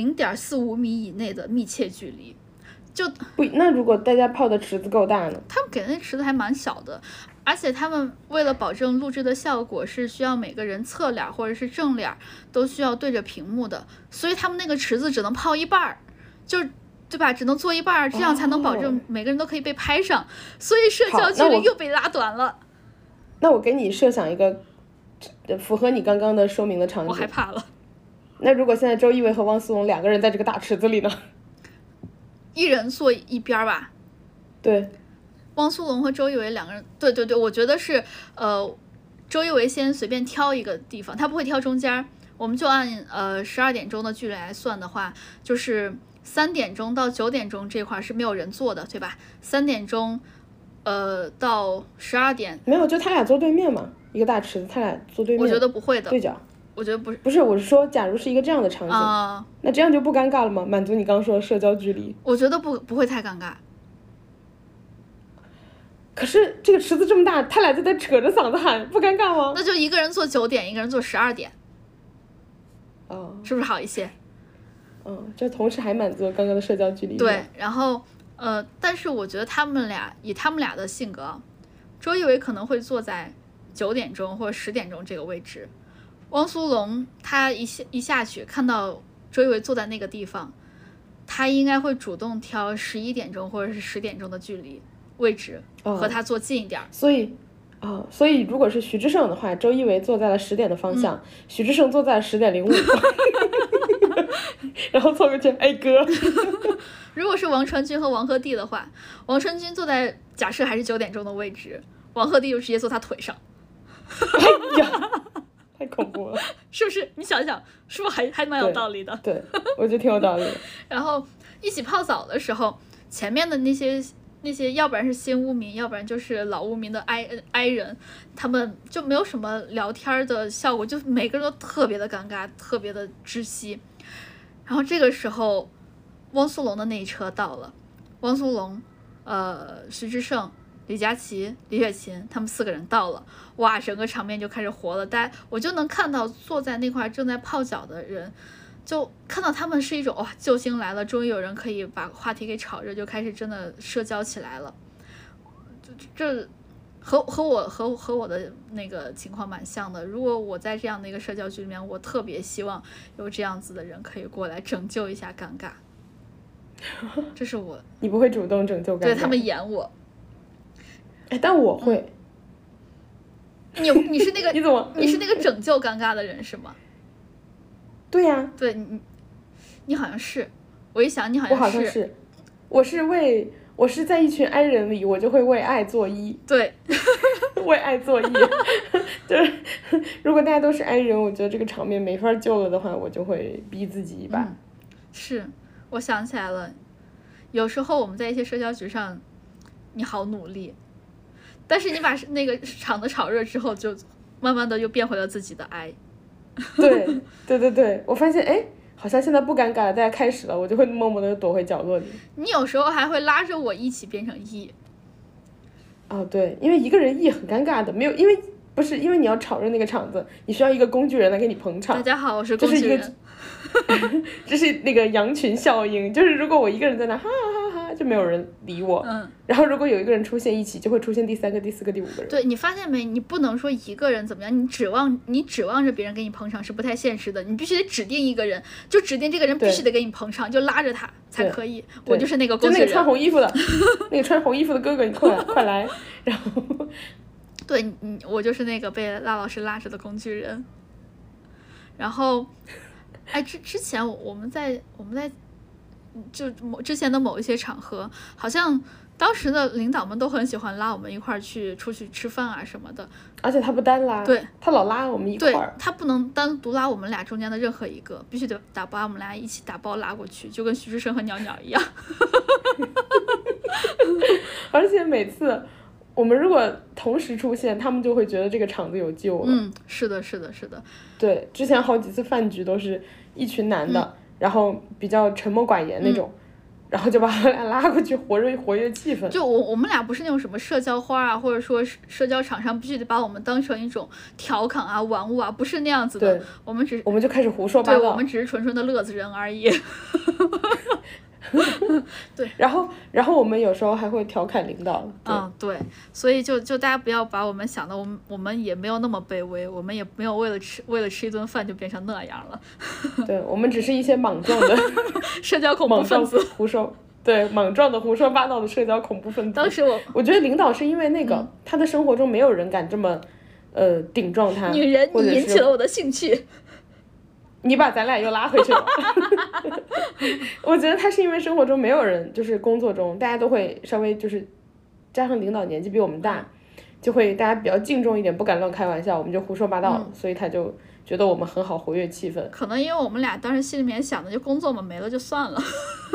0.45米以内的密切距离。就不，那如果大家泡的池子够大呢？ 他们给的那池子还蛮小的，而且他们为了保证录制的效果是需要每个人侧脸或者是正脸都需要对着屏幕的，所以他们那个池子只能泡一半，就对吧？只能做一半，这样才能保证每个人都可以被拍上，所以社交距离又被拉短了。 那我给你设想一个符合你刚刚的说明的场景。 我害怕了。 那如果现在周一围和汪苏泷两个人在这个大池子里呢？ 一人坐一边吧。 对， 汪苏泷和周一围两个人，对，我觉得是周一围先随便挑一个地方，他不会挑中间，我们就按12点钟的距离来算的话，就是3点钟到9点钟这块是没有人坐的，对吧？3点钟到12点没有，就他俩坐对面嘛，一个大池子，他俩坐对面。 我觉得不会的， 对角。 我觉得不是， 不是，我是说，假如是一个这样的场景，那这样就不尴尬了吗？满足你刚刚说的社交距离。 我觉得不会太尴尬。 可是这个池子这么大，他俩就在扯着嗓子喊，不尴尬吗？ 那就一个人坐9点，一个人坐12点，是不是好一些？ 这同时还满足刚刚的社交距离。 对，然后但是我觉得以他们俩的性格，周一围可能会坐在9点钟或者10点钟这个位置。汪苏泷他一下去看到周一围坐在那个地方，他应该会主动挑11点钟或者是10点钟的距离位置，和他坐近一点。 所以如果是徐志胜的话，周一围坐在了10点的方向，徐志胜坐在了10点05，然后凑过去，哎哥。 如果是王传君和王鹤棣的话，王传君坐在假设还是9点钟的位置，王鹤棣就直接坐他腿上。 哎呀！太恐怖了， 是不是？你想想，是不是还蛮有道理的？ 对，我觉得挺有道理的。 然后一起泡澡的时候，前面的那些，要不然是新污民，要不然就是老污民的哀人，他们就没有什么聊天的效果，就每个人都特别的尴尬，特别的窒息。然后这个时候，汪苏泷的那一车到了，汪苏泷、徐志胜、李佳琦、李雪琴他们4个人到了，哇，整个场面就开始活了。我就能看到坐在那块正在泡脚的人，就看到他们是一种哇，救星来了，终于有人可以把话题给炒热，就开始真的社交起来了。这和我的那个情况蛮像的。如果我在这样的一个社交局里面，我特别希望有这样子的人可以过来拯救一下尴尬。这是我。 你不会主动拯救尴尬？ 对，他们演我。 哎，但我会。 你是那个你怎么？ 你是那个拯救尴尬的人是吗？ 对呀。 对你好像是，我一想你好像是。 我好像是，我是在一群 I 人里，我就会为爱作揖。 对。 为爱作揖。就是如果大家都是 I 人，我觉得这个场面没法救了的话，我就会逼自己一把。 是，我想起来了，有时候我们在一些社交局上，你好努力，但是你把那个场子炒热之后，就慢慢的又变回了自己的 I。 对，我发现哎，好像现在不尴尬了，大家开始了，我就会默默的躲回角落里。 你有时候还会拉着我一起变成 E。 哦，对，因为一个人 E 很尴尬的，没有，因为你要炒热那个场子，你需要一个工具人来给你捧场。 大家好，我是工具人。 这是那个羊群效应，就是如果我一个人在那哈哈哈，就没有人理我。然后如果有一个人出现一起，就会出现第3个、第4个、第5个人。 对，你发现没？你不能说一个人怎么样，你指望着别人给你捧场是不太现实的。你必须得指定一个人，就指定这个人必须得给你捧场，就拉着他才可以。我就是那个工具人。 就那个穿红衣服的，那个穿红衣服的哥哥，你快来，然后。 对，我就是那个被辣老师拉着的工具人。然后。哎，之前我们在就之前的某一些场合，好像当时的领导们都很喜欢拉我们一块儿出去吃饭啊什么的。 而且他不单拉， 对， 他老拉我们一块儿。 对，他不能单独拉我们俩中间的任何一个，必须得把我们俩一起打包拉过去，就跟徐志胜和鸟鸟一样。 而且每次我们如果同时出现，他们就会觉得这个场子有救了。 是的。 对，之前好几次饭局都是一群男的，然后比较沉默寡言那种，然后就把他们俩拉过去活跃气氛。 就我们俩不是那种什么社交花啊，或者说社交场上必须得把我们当成一种调侃啊、玩物啊，不是那样子的。我们就开始胡说八道。 对，我们只是纯纯的乐子人而已。对， 然后我们有时候还会调侃领导。 对，所以就大家不要把我们想的，我们也没有那么卑微，我们也没有为了吃一顿饭就变成那样了。 对，我们只是一些莽撞的社交恐怖分子， 莽撞的胡说八道的社交恐怖分子。 当时我觉得领导是因为那个，他的生活中没有人敢这么顶撞他。 女人，你引起了我的兴趣。 你把咱俩又拉回去了。我觉得他是因为生活中没有人，就是工作中大家都会稍微就是加上领导年纪比我们大，就会大家比较敬重一点，不敢乱开玩笑，我们就胡说八道，所以他就觉得我们很好，活跃气氛。 可能因为我们俩当时心里面想的就工作嘛，没了就算了。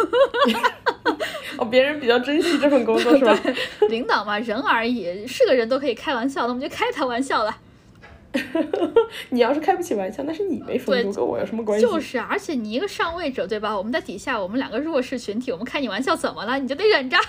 别人比较珍惜这份工作是吧？ 领导嘛，人而已，是个人都可以开玩笑，那我们就开他玩笑了。 你要是开不起玩笑，那是你没风度，跟我有什么关系？ 就是啊，而且你一个上位者对吧？我们在底下，我们两个弱势群体，我们开你玩笑怎么了？你就得忍着。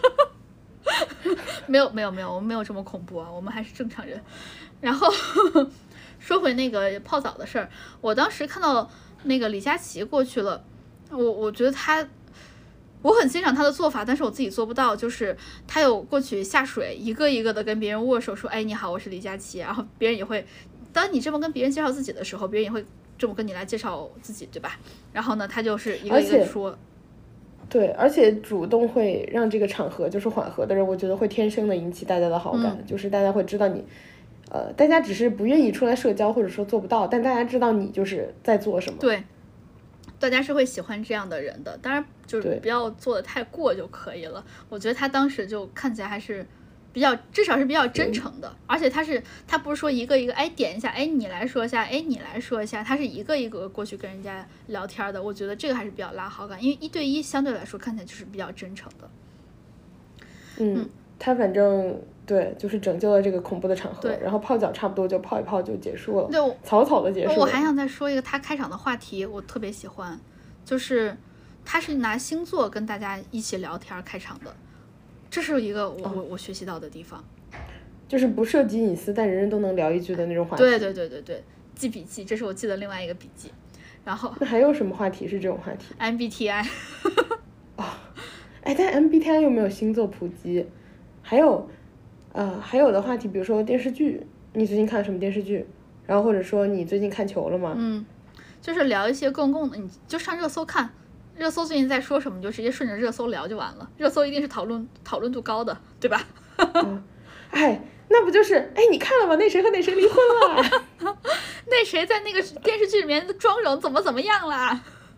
没有，我们没有这么恐怖啊，我们还是正常人。然后说回那个泡澡的事儿，我当时看到那个李佳琦过去了，我觉得我很欣赏他的做法，但是我自己做不到。就是他有过去下水，一个一个的跟别人握手，说：“哎，你好，我是李佳琦。”然后别人也会，当你这么跟别人介绍自己的时候，别人也会这么跟你来介绍自己，对吧？然后呢，他就是一个一个说。 对，而且主动会让这个场合就是缓和的人，我觉得会天生的引起大家的好感，就是大家会知道你，大家只是不愿意出来社交，或者说做不到，但大家知道你就是在做什么。 对。大家是会喜欢这样的人的，当然就是不要做的太过就可以了。我觉得他当时就看起来还是至少是比较真诚的，而且他不是说一个一个点一下，你来说一下，你来说一下，他是一个一个过去跟人家聊天的。我觉得这个还是比较拉好感，因为1对1相对来说看起来就是比较真诚的。 他反正对，就是拯救了这个恐怖的场合，然后泡脚差不多就泡一泡就结束了， 对， 草草的结束了。 我还想再说一个他开场的话题，我特别喜欢，就是他是拿星座跟大家一起聊天开场的，这是一个我学习到的地方， 就是不涉及隐私，但人人都能聊一句的那种话题。 对，记笔记，这是我记的另外一个笔记。然后那还有什么话题是这种话题 ？MBTI。 但 MBTI 又没有星座普及。还有还有的话题，比如说电视剧，你最近看了什么电视剧？然后或者说你最近看球了吗？ 就是聊一些公共的，你就上热搜看，热搜最近在说什么，就直接顺着热搜聊就完了。热搜一定是讨论度高的，对吧？ 那不就是你看了吗？那谁和那谁离婚了？ 那谁在那个电视剧里面的妆容怎么样啦？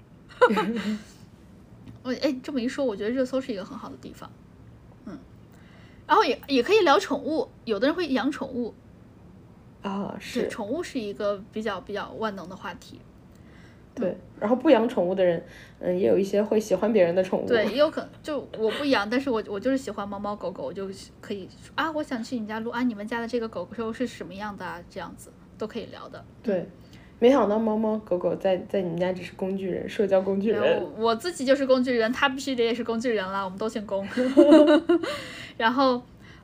这么一说，我觉得热搜是一个很好的地方。然后也可以聊宠物，有的人会养宠物。 是， 宠物是一个比较万能的话题。 对，然后不养宠物的人，也有一些会喜欢别人的宠物。 对，也有可能就我不养，但是我就是喜欢猫猫狗狗，我就可以我想去你家录你们家的这个狗狗是什么样的这样子都可以聊的。 对，没想到猫猫狗狗在你们家只是工具人，社交工具人。 我自己就是工具人，他必须得也是工具人啦，我们都姓龚。然后，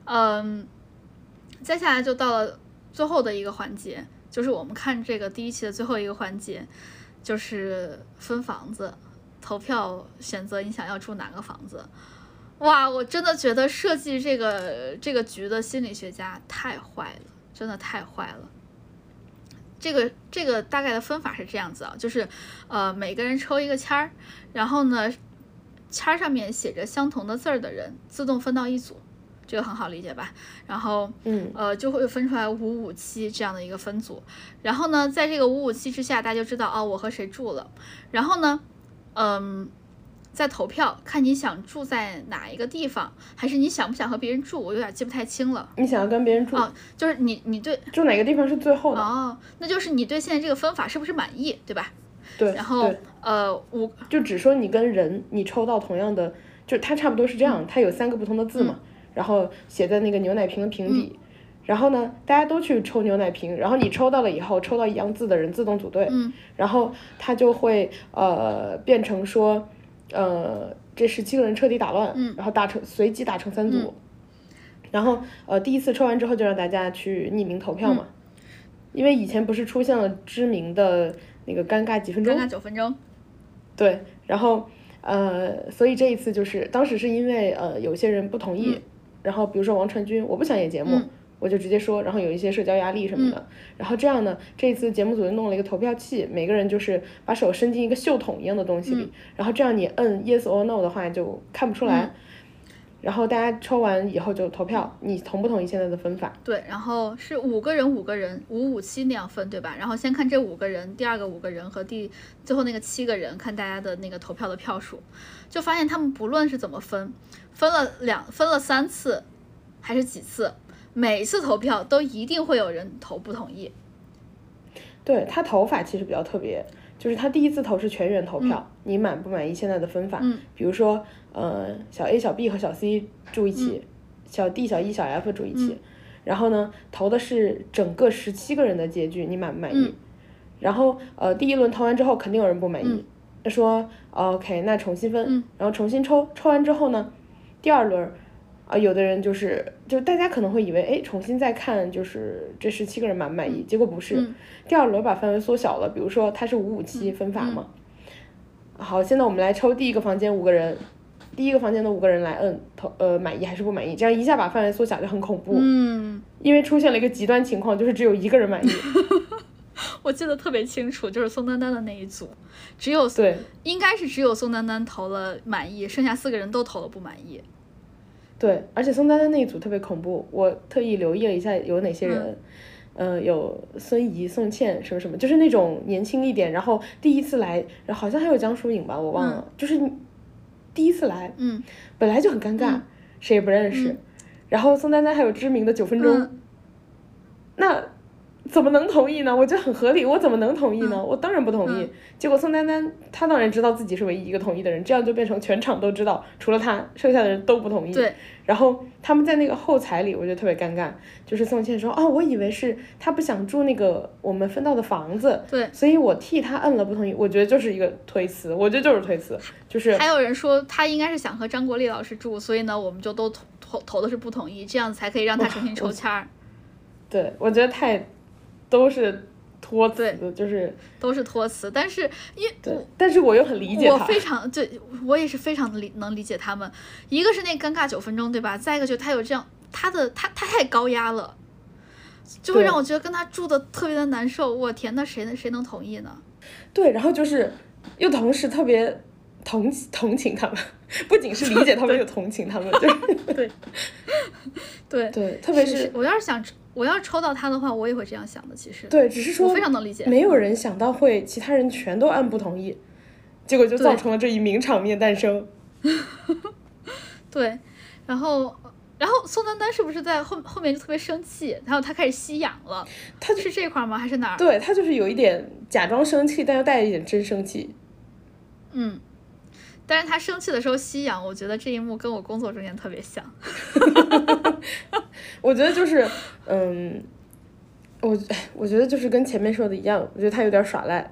接下来就到了最后的一个环节，就是我们看这个第一期的最后一个环节。就是分房子，投票选择你想要住哪个房子。哇，我真的觉得设计这个局的心理学家太坏了，真的太坏了。这个大概的分法是这样子啊，就是每个人抽一个签儿，然后呢签上面写着相同的字儿的人自动分到一组。这个很好理解吧？然后就会分出来557这样的一个分组，然后呢在这个557之下，大家就知道我和谁住了。然后呢再投票看你想住在哪一个地方，还是你想不想和别人住，我有点记不太清了。 你想要跟别人住就是你对住哪个地方是最后的那就是你对现在这个分法是不是满意，对吧？ 对。 然后就只说你跟人你抽到同样的，就它差不多是这样，它有3个不同的字嘛。然后写在那个牛奶瓶的瓶底，然后呢大家都去抽牛奶瓶，然后你抽到了以后，抽到一样字的人自动组队，然后他就会变成说这17个人彻底打乱，然后随机打成3组，然后第一次抽完之后就让大家去匿名投票嘛，因为以前不是出现了知名的那个尴尬几分钟， 尴尬9分钟， 对，然后所以这一次就是当时是因为有些人不同意。然后比如说王传君，我不想演节目，我就直接说，然后有一些社交压力什么的，然后这样呢，这一次节目组就弄了一个投票器，每个人就是把手伸进一个袖筒一样的东西里，然后这样你摁 yes or no 的话就看不出来，然后大家抽完以后就投票，你同不同意现在的分法？ 对，然后是5个人557那样分，对吧？然后先看这5个人，第二个5个人和最后那个7个人，看大家的那个投票的票数，就发现他们不论是怎么分了3次还是几次，每一次投票都一定会有人投不同意。 对，他投法其实比较特别，就是他第一次投是全员投票，你满不满意现在的分法？比如说小 A 小 B 和小 C 住一起，小 D 小 E 小 F 住一起，然后呢投的是整个17个人的结局，你满不满意？然后第一轮投完之后肯定有人不满意，说 OK 那重新分，然后重新抽完之后呢，第2轮有的人就大家可能会以为重新再看就是这17个人满不满意，结果不是，第2轮把范围缩小了，比如说它是557分法嘛，好，现在我们来抽第一个房间5个人，第一个房间的5个人来摁满意还是不满意，这样一下把范围缩小就很恐怖，因为出现了一个极端情况，就是只有1个人满意。 我记得特别清楚，就是宋丹丹的那一组，应该是只有宋丹丹投了满意，剩下4个人都投了不满意。 对，而且宋丹丹那一组特别恐怖，我特意留意了一下有哪些人，有孙怡、宋茜什么什么，就是那种年轻一点，然后第一次来，然后好像还有江疏影吧，我忘了，就是第一次来，本来就很尴尬，谁也不认识，然后宋丹丹还有知名的9分钟，那怎么能同意呢？我觉得很合理，我怎么能同意呢？我当然不同意。结果宋丹丹她当然知道自己是唯一一个同意的人，这样就变成全场都知道，除了她，剩下的人都不同意。 对。 然后他们在那个后台里，我觉得特别尴尬，就是宋茜说：“我以为是她不想住那个我们分到的房子， 对， 所以我替她摁了不同意。”我觉得就是一个推辞，我觉得就是推辞，就是还有人说他应该是想和张国立老师住，所以呢，我们就都投的是不同意，这样子才可以让他重新抽签儿。 对，我觉得都是托词，就是都是托词，但是但是我又很理解他， 我也是非常的能理解他们。一个是那尴尬9分钟，对吧？再一个就他有这样他太高压了，就会让我觉得跟他住的特别的难受。我天，那谁能同意呢？ 对，然后就是又同时特别同情他们，不仅是理解他们，又同情他们， 对对，特别是我要是抽到他的话，我也会这样想的。其实对，只是说我非常能理解， 没有人想到会其他人全都按不同意，结果就造成了这一名场面诞生。 对，然后宋丹丹是不是在后面就特别生气，然后他开始吸氧了？他是这块吗？还是哪儿？ 对，他就是有一点假装生气，但又带一点真生气。 但是他生气的时候吸氧，我觉得这一幕跟我工作中间特别像。 我觉得就是我觉得就是跟前面说的一样，我觉得他有点耍赖。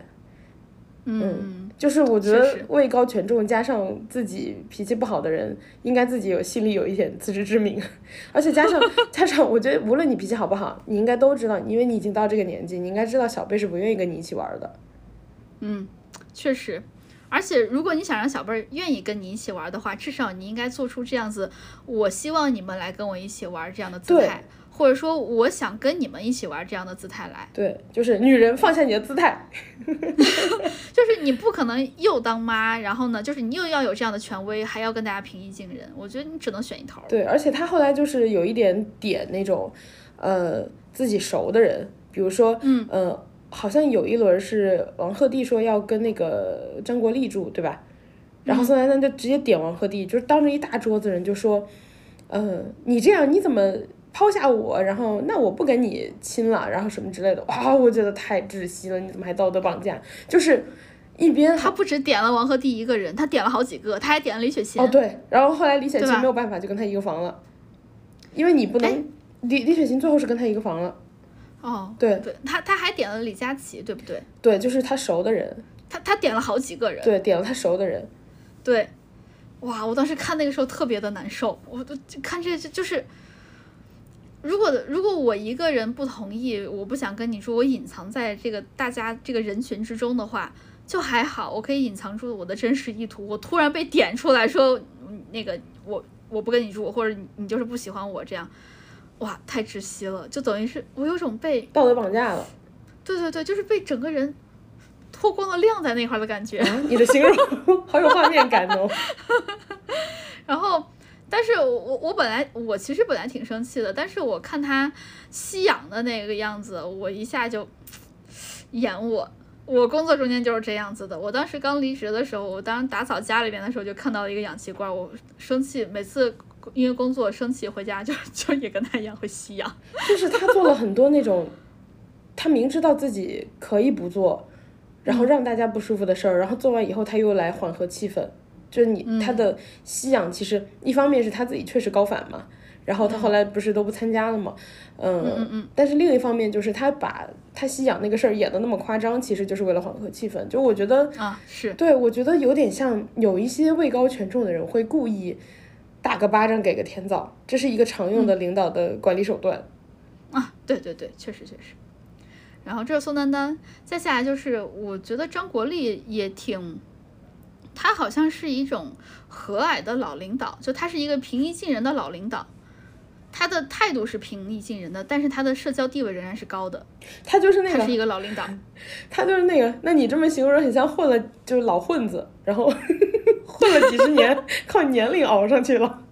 就是我觉得位高权重加上自己脾气不好的人，应该自己心里有一点自知之明，而且加上我觉得无论你脾气好不好，你应该都知道，因为你已经到这个年纪，你应该知道小贝是不愿意跟你一起玩的。 确实。而且如果你想让小贝愿意跟你一起玩的话，至少你应该做出这样子，我希望你们来跟我一起玩这样的姿态，或者说我想跟你们一起玩这样的姿态来。 对，就是女人放下你的姿态。 就是你不可能又当妈，然后呢，就是你又要有这样的权威，还要跟大家平易近人，我觉得你只能选一头。 对，而且他后来就是有一点点那种自己熟的人，比如说好像有一轮是王鹤棣说要跟那个张国立住，对吧？然后宋丹丹就直接点王鹤棣，就是当着一大桌子人就说，你这样你怎么抛下我？然后那我不跟你亲了，然后什么之类的。哇，我觉得太窒息了，你怎么还道德绑架？就是一边他不只点了王鹤棣一个人，他点了好几个，他还点了李雪琴。 对，然后后来李雪琴没有办法就跟他一个房了，因为你不能，李雪琴最后是跟他一个房了。对， 他还点了李佳琦，对不对？ 对，就是他熟的人。 他点了好几个人。 对，点了他熟的人。 对，哇，我当时看那个时候特别的难受，我都看这就是，如果我一个人不同意，我不想跟你住，我隐藏在这个大家这个人群之中的话，就还好，我可以隐藏住我的真实意图。我突然被点出来说，那个我不跟你住，或者你就是不喜欢我这样。哇，太窒息了，就等于是我有种被道德绑架了。 对，就是被整个人脱光了晾在那块的感觉。 你的形容好有画面感哦。 然后，但是我其实本来挺生气的，但是我看他吸氧的那个样子，我一下就演我工作中间就是这样子的。我当时刚离职的时候，我当时打扫家里边的时候，就看到了一个氧气罐，我生气，每次因为工作生气回家就也跟他一样会吸氧。 就是他做了很多那种他明知道自己可以不做，然后让大家不舒服的事儿，然后做完以后他又来缓和气氛。就是他的吸氧其实一方面是他自己确实高反嘛，然后他后来不是都不参加了嘛，但是另一方面就是他把他吸氧那个事儿演得那么夸张，其实就是为了缓和气氛。就我觉得是对，我觉得有点像有一些位高权重的人会故意打个巴掌给个甜枣，这是一个常用的领导的管理手段。 对，确实。然后这是宋丹丹，再下来就是我觉得张国立也挺，他好像是一种和蔼的老领导，就他是一个平易近人的老领导，他的态度是平易近人的，但是他的社交地位仍然是高的。 他就是那个， 他是一个老领导， 他就是那个。那你这么形容很像混了，就是老混子，然后混了几十年，靠年龄熬上去了。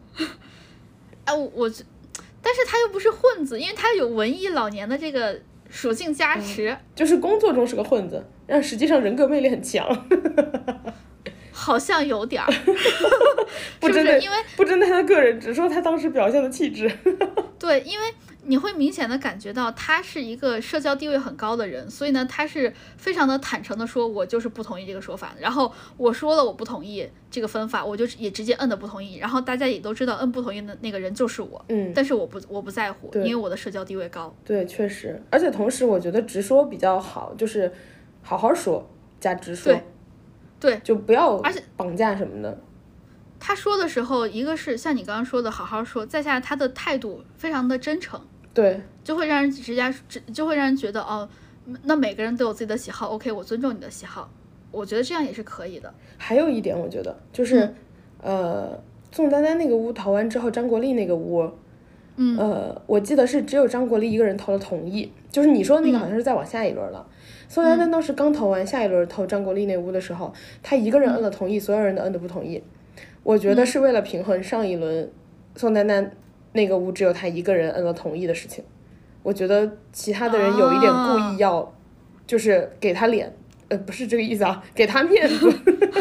但是他又不是混子，因为他有文艺老年的这个属性加持， 就是工作中是个混子，但实际上人格魅力很强。 好像有点儿， 不针对他的个人，只说他当时表现的气质。 对，因为你会明显的感觉到他是一个社交地位很高的人，所以呢，他是非常的坦诚的说，我就是不同意这个说法，然后我说了我不同意这个分法，我就也直接摁的不同意，然后大家也都知道摁不同意的那个人就是我，但是我不在乎，因为我的社交地位高。 对，确实，而且同时我觉得直说比较好，就是好好说加直说。 对， 就不要绑架什么的。 他说的时候，一个是像你刚刚说的好好说，再下他的态度非常的真诚， 对， 就会让人就会让人觉得那每个人都有自己的喜好 ，OK， 我尊重你的喜好，我觉得这样也是可以的。 还有一点，我觉得就是宋丹丹那个屋逃完之后，张国立那个屋， 我记得是只有张国立一个人投了同意，就是你说的那个好像是再往下一轮了。宋丹丹当时刚投完下一轮投张国立那屋的时候，他一个人摁了同意，所有人都摁的不同意。我觉得是为了平衡上一轮宋丹丹那个屋只有他一个人摁了同意的事情。我觉得其他的人有一点故意要，就是给他脸，不是这个意思啊，给他面子。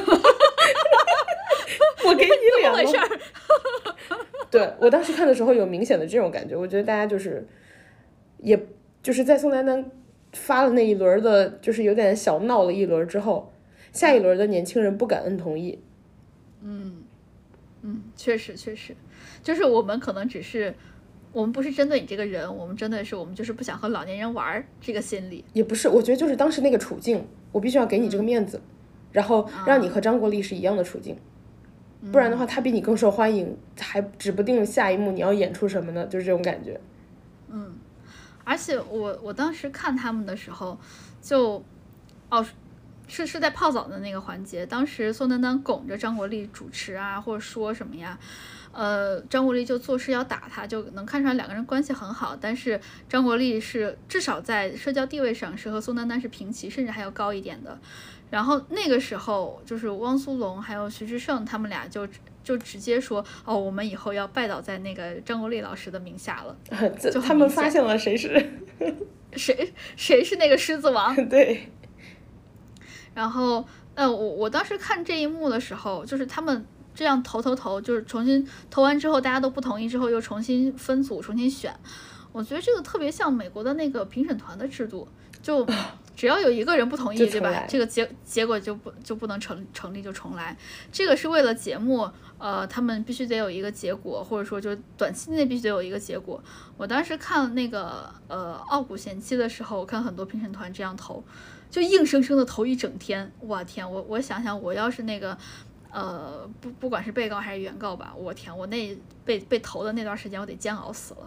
我给你脸了。对，我当时看的时候有明显的这种感觉，我觉得大家就是，也就是在宋丹丹发了那一轮的，就是有点小闹了一轮之后，下一轮的年轻人不敢摁同意。 确实，就是我们可能只是。我们不是针对你这个人，我们针对是我们就是不想和老年人玩这个心理。 也不是，我觉得就是当时那个处境，我必须要给你这个面子，然后让你和张国立是一样的处境，不然的话他比你更受欢迎，还指不定下一幕你要演出什么呢，就是这种感觉。 而且我当时看他们的时候，是在泡澡的那个环节，当时宋丹丹拱着张国立主持啊，或者说什么呀。张国立就做事要打他，就能看出来两个人关系很好，但是张国立是至少在社交地位上是和宋丹丹是平齐，甚至还要高一点的。然后那个时候就是汪苏泷还有徐志胜他们俩就直接说，我们以后要拜倒在那个张国立老师的名下了。 就他们发现了谁是谁是那个狮子王。 对。 然后我当时看这一幕的时候，就是他们这样投，就是重新投完之后大家都不同意之后又重新分组重新选，我觉得这个特别像美国的那个评审团的制度，就只要有一个人不同意，对吧？这个结果就不能成立，就重来。这个是为了节目，他们必须得有一个结果，或者说就短期内必须得有一个结果。我当时看那个傲骨贤妻的时候，我看很多评审团这样投，就硬生生的投一整天。我天，我想想，我要是那个。不管是被告还是原告吧，我天，我那被投的那段时间，我得煎熬死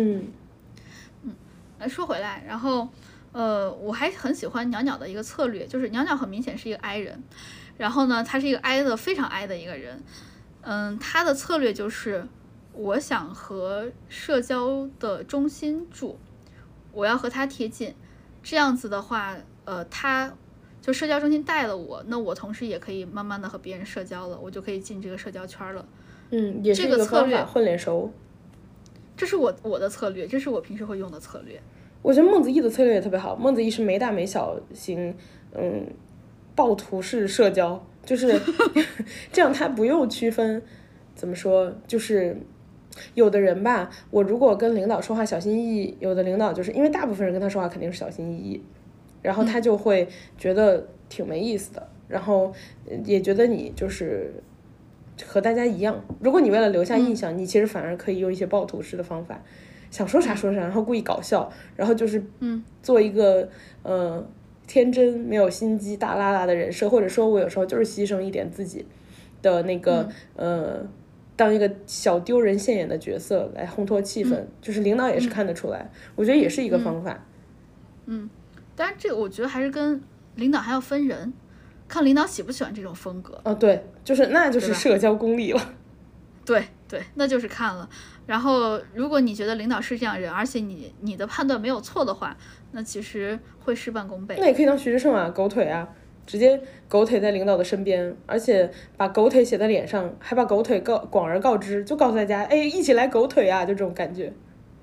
了。说回来，然后我还很喜欢袅袅的一个策略，就是袅袅很明显是一个 I 人，然后呢，他是一个 I 的非常 I 的一个人，他的策略就是我想和社交的中心住，我要和他贴近，这样子的话，他。就社交中心带了我，那我同时也可以慢慢的和别人社交了，我就可以进这个社交圈了。 也是一个方法，混脸熟。 这是我的策略，这是我平时会用的策略。 我觉得孟子义的策略也特别好，孟子义是没大没小型，暴徒式社交，就是这样，他不用区分，怎么说，就是有的人吧，我如果跟领导说话小心翼翼，有的领导就是因为大部分人跟他说话肯定是小心翼翼。然后他就会觉得挺没意思的，然后也觉得你就是和大家一样。如果你为了留下印象，你其实反而可以用一些暴徒式的方法，想说啥说啥，然后故意搞笑，然后就是做一个天真没有心机大拉拉的人设，或者说我有时候就是牺牲一点自己的那个当一个小丢人现眼的角色来烘托气氛，就是领导也是看得出来，我觉得也是一个方法。 当然这个我觉得还是跟领导还要分人，看领导喜不喜欢这种风格。 对，那就是社交功力了。 对，那就是看了。然后如果你觉得领导是这样人，而且你的判断没有错的话，那其实会事半功倍。 那也可以当徐志胜啊，狗腿啊，直接狗腿在领导的身边，而且把狗腿写在脸上，还把狗腿广而告之，就告诉大家，一起来狗腿啊，就这种感觉。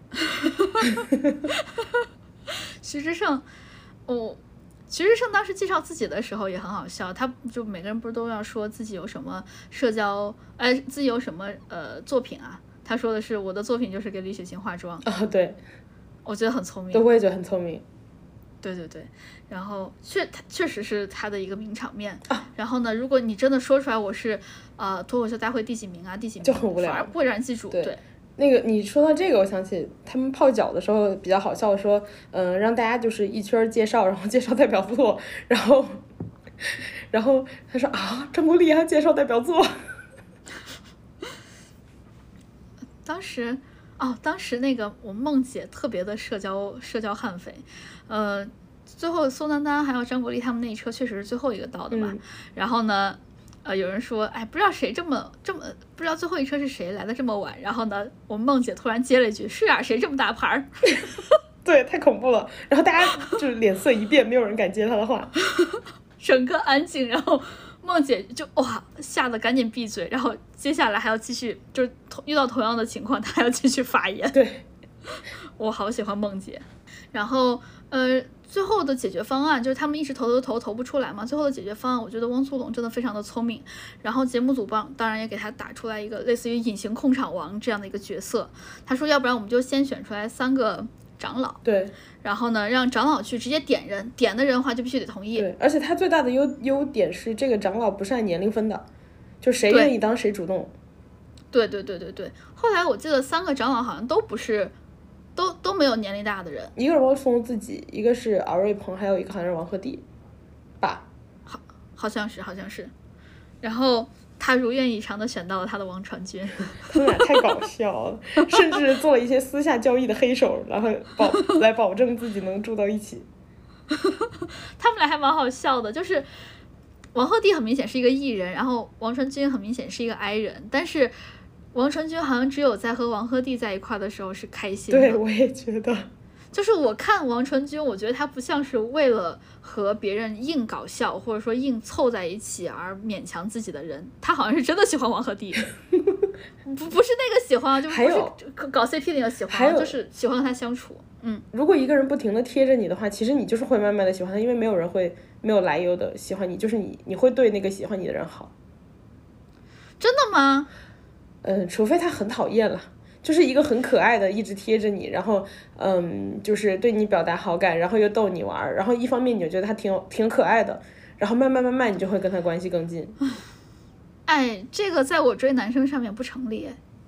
徐志胜。徐志胜当时介绍自己的时候也很好笑，他就每个人不是都要说自己有什么社交，自己有什么作品啊？他说的是我的作品就是给李雪琴化妆。 对， 我觉得很聪明。 对，我也觉得很聪明。 对，然后确实是他的一个名场面。然后呢，如果你真的说出来我是脱口秀大会第几名啊，第几名， 就很无聊， 反而不会让人记住。对。 那个你说到这个，我想起他们泡脚的时候比较好笑，说让大家就是一圈介绍，然后介绍代表作，然后他说张国立还介绍代表作。 当时那个我梦姐特别的社交悍匪，最后宋丹丹还有张国立他们那一车确实是最后一个到的嘛，然后呢有人说，哎，不知道谁这么不知道最后一车是谁来的这么晚。然后呢，我们梦姐突然接了一句：“是啊，谁这么大牌儿？” 对，太恐怖了。然后大家就是脸色一变，没有人敢接她的话， 整个安静。然后梦姐就哇吓得赶紧闭嘴。然后接下来还要继续，就是遇到同样的情况，她还要继续发言。 对， 我好喜欢梦姐。然后最后的解决方案就是他们一直投不出来嘛。最后的解决方案，我觉得汪苏泷真的非常的聪明。然后节目组当然也给他打出来一个类似于隐形控场王这样的一个角色。他说，要不然我们就先选出来3个长老， 对， 然后呢让长老去直接点人，点的人的话就必须得同意。 对，而且他最大的优点是这个长老不是按年龄分的，就谁愿意当谁主动。 对。后来我记得3个长老好像都不是。都没有年龄大的人， 一个是汪苏泷自己，一个是敖瑞鹏，还有一个好像是王鹤棣吧， 好像是。然后他如愿以偿的选到了他的王传君。 他们俩太搞笑了，甚至做了一些私下交易的黑手，然后来保证自己能住到一起。 他们俩还蛮好笑的，就是王鹤棣很明显是一个艺人，然后王传君很明显是一个 I 人，但是王传君好像只有在和王鹤棣在一块的时候是开心的。 对，我也觉得。 就是我看王传君，我觉得他不像是为了和别人硬搞笑，或者说硬凑在一起而勉强自己的人，他好像是真的喜欢王鹤棣。不是那个喜欢，就不是搞 CP 那个喜欢，就是喜欢和他相处。 如果一个人不停的贴着你的话，其实你就是会慢慢的喜欢他，因为没有人会没有来由的喜欢你，就是你会对那个喜欢你的人好。 真的吗？ 除非他很讨厌了，就是一个很可爱的一直贴着你，然后就是对你表达好感，然后又逗你玩，然后一方面你就觉得他挺可爱的，然后慢慢你就会跟他关系更近。 哎，这个在我追男生上面不成立。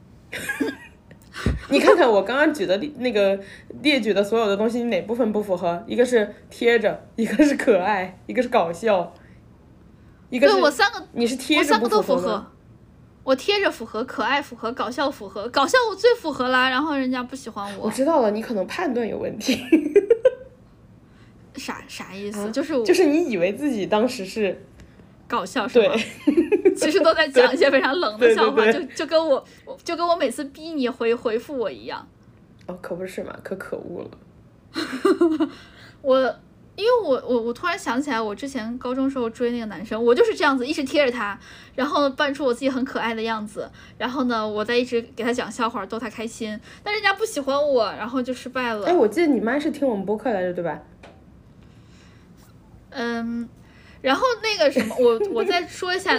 你看看我刚刚举的那个列举的所有的东西，哪部分不符合？一个是贴着，一个是可爱，一个是搞笑，一个是对我3个， 你是贴着不符合。 我贴着符合，可爱符合，搞笑符合，搞笑我最符合啦，然后人家不喜欢我。 我知道了，你可能判断有问题。 啥意思？ 啊、 就是你以为自己当时是搞笑是吗？其实都在讲一些非常冷的笑话，就跟我每次逼你回复我一样。 哦，可不是嘛，可恶了。因为我突然想起来，我之前高中时候追那个男生，我就是这样子一直贴着他，然后扮出我自己很可爱的样子，然后呢，我再一直给他讲笑话逗他开心，但人家不喜欢我，然后就失败了。 哎，我记得你妈是听我们播客来着，对吧？ 然后那个什么，我再说一下那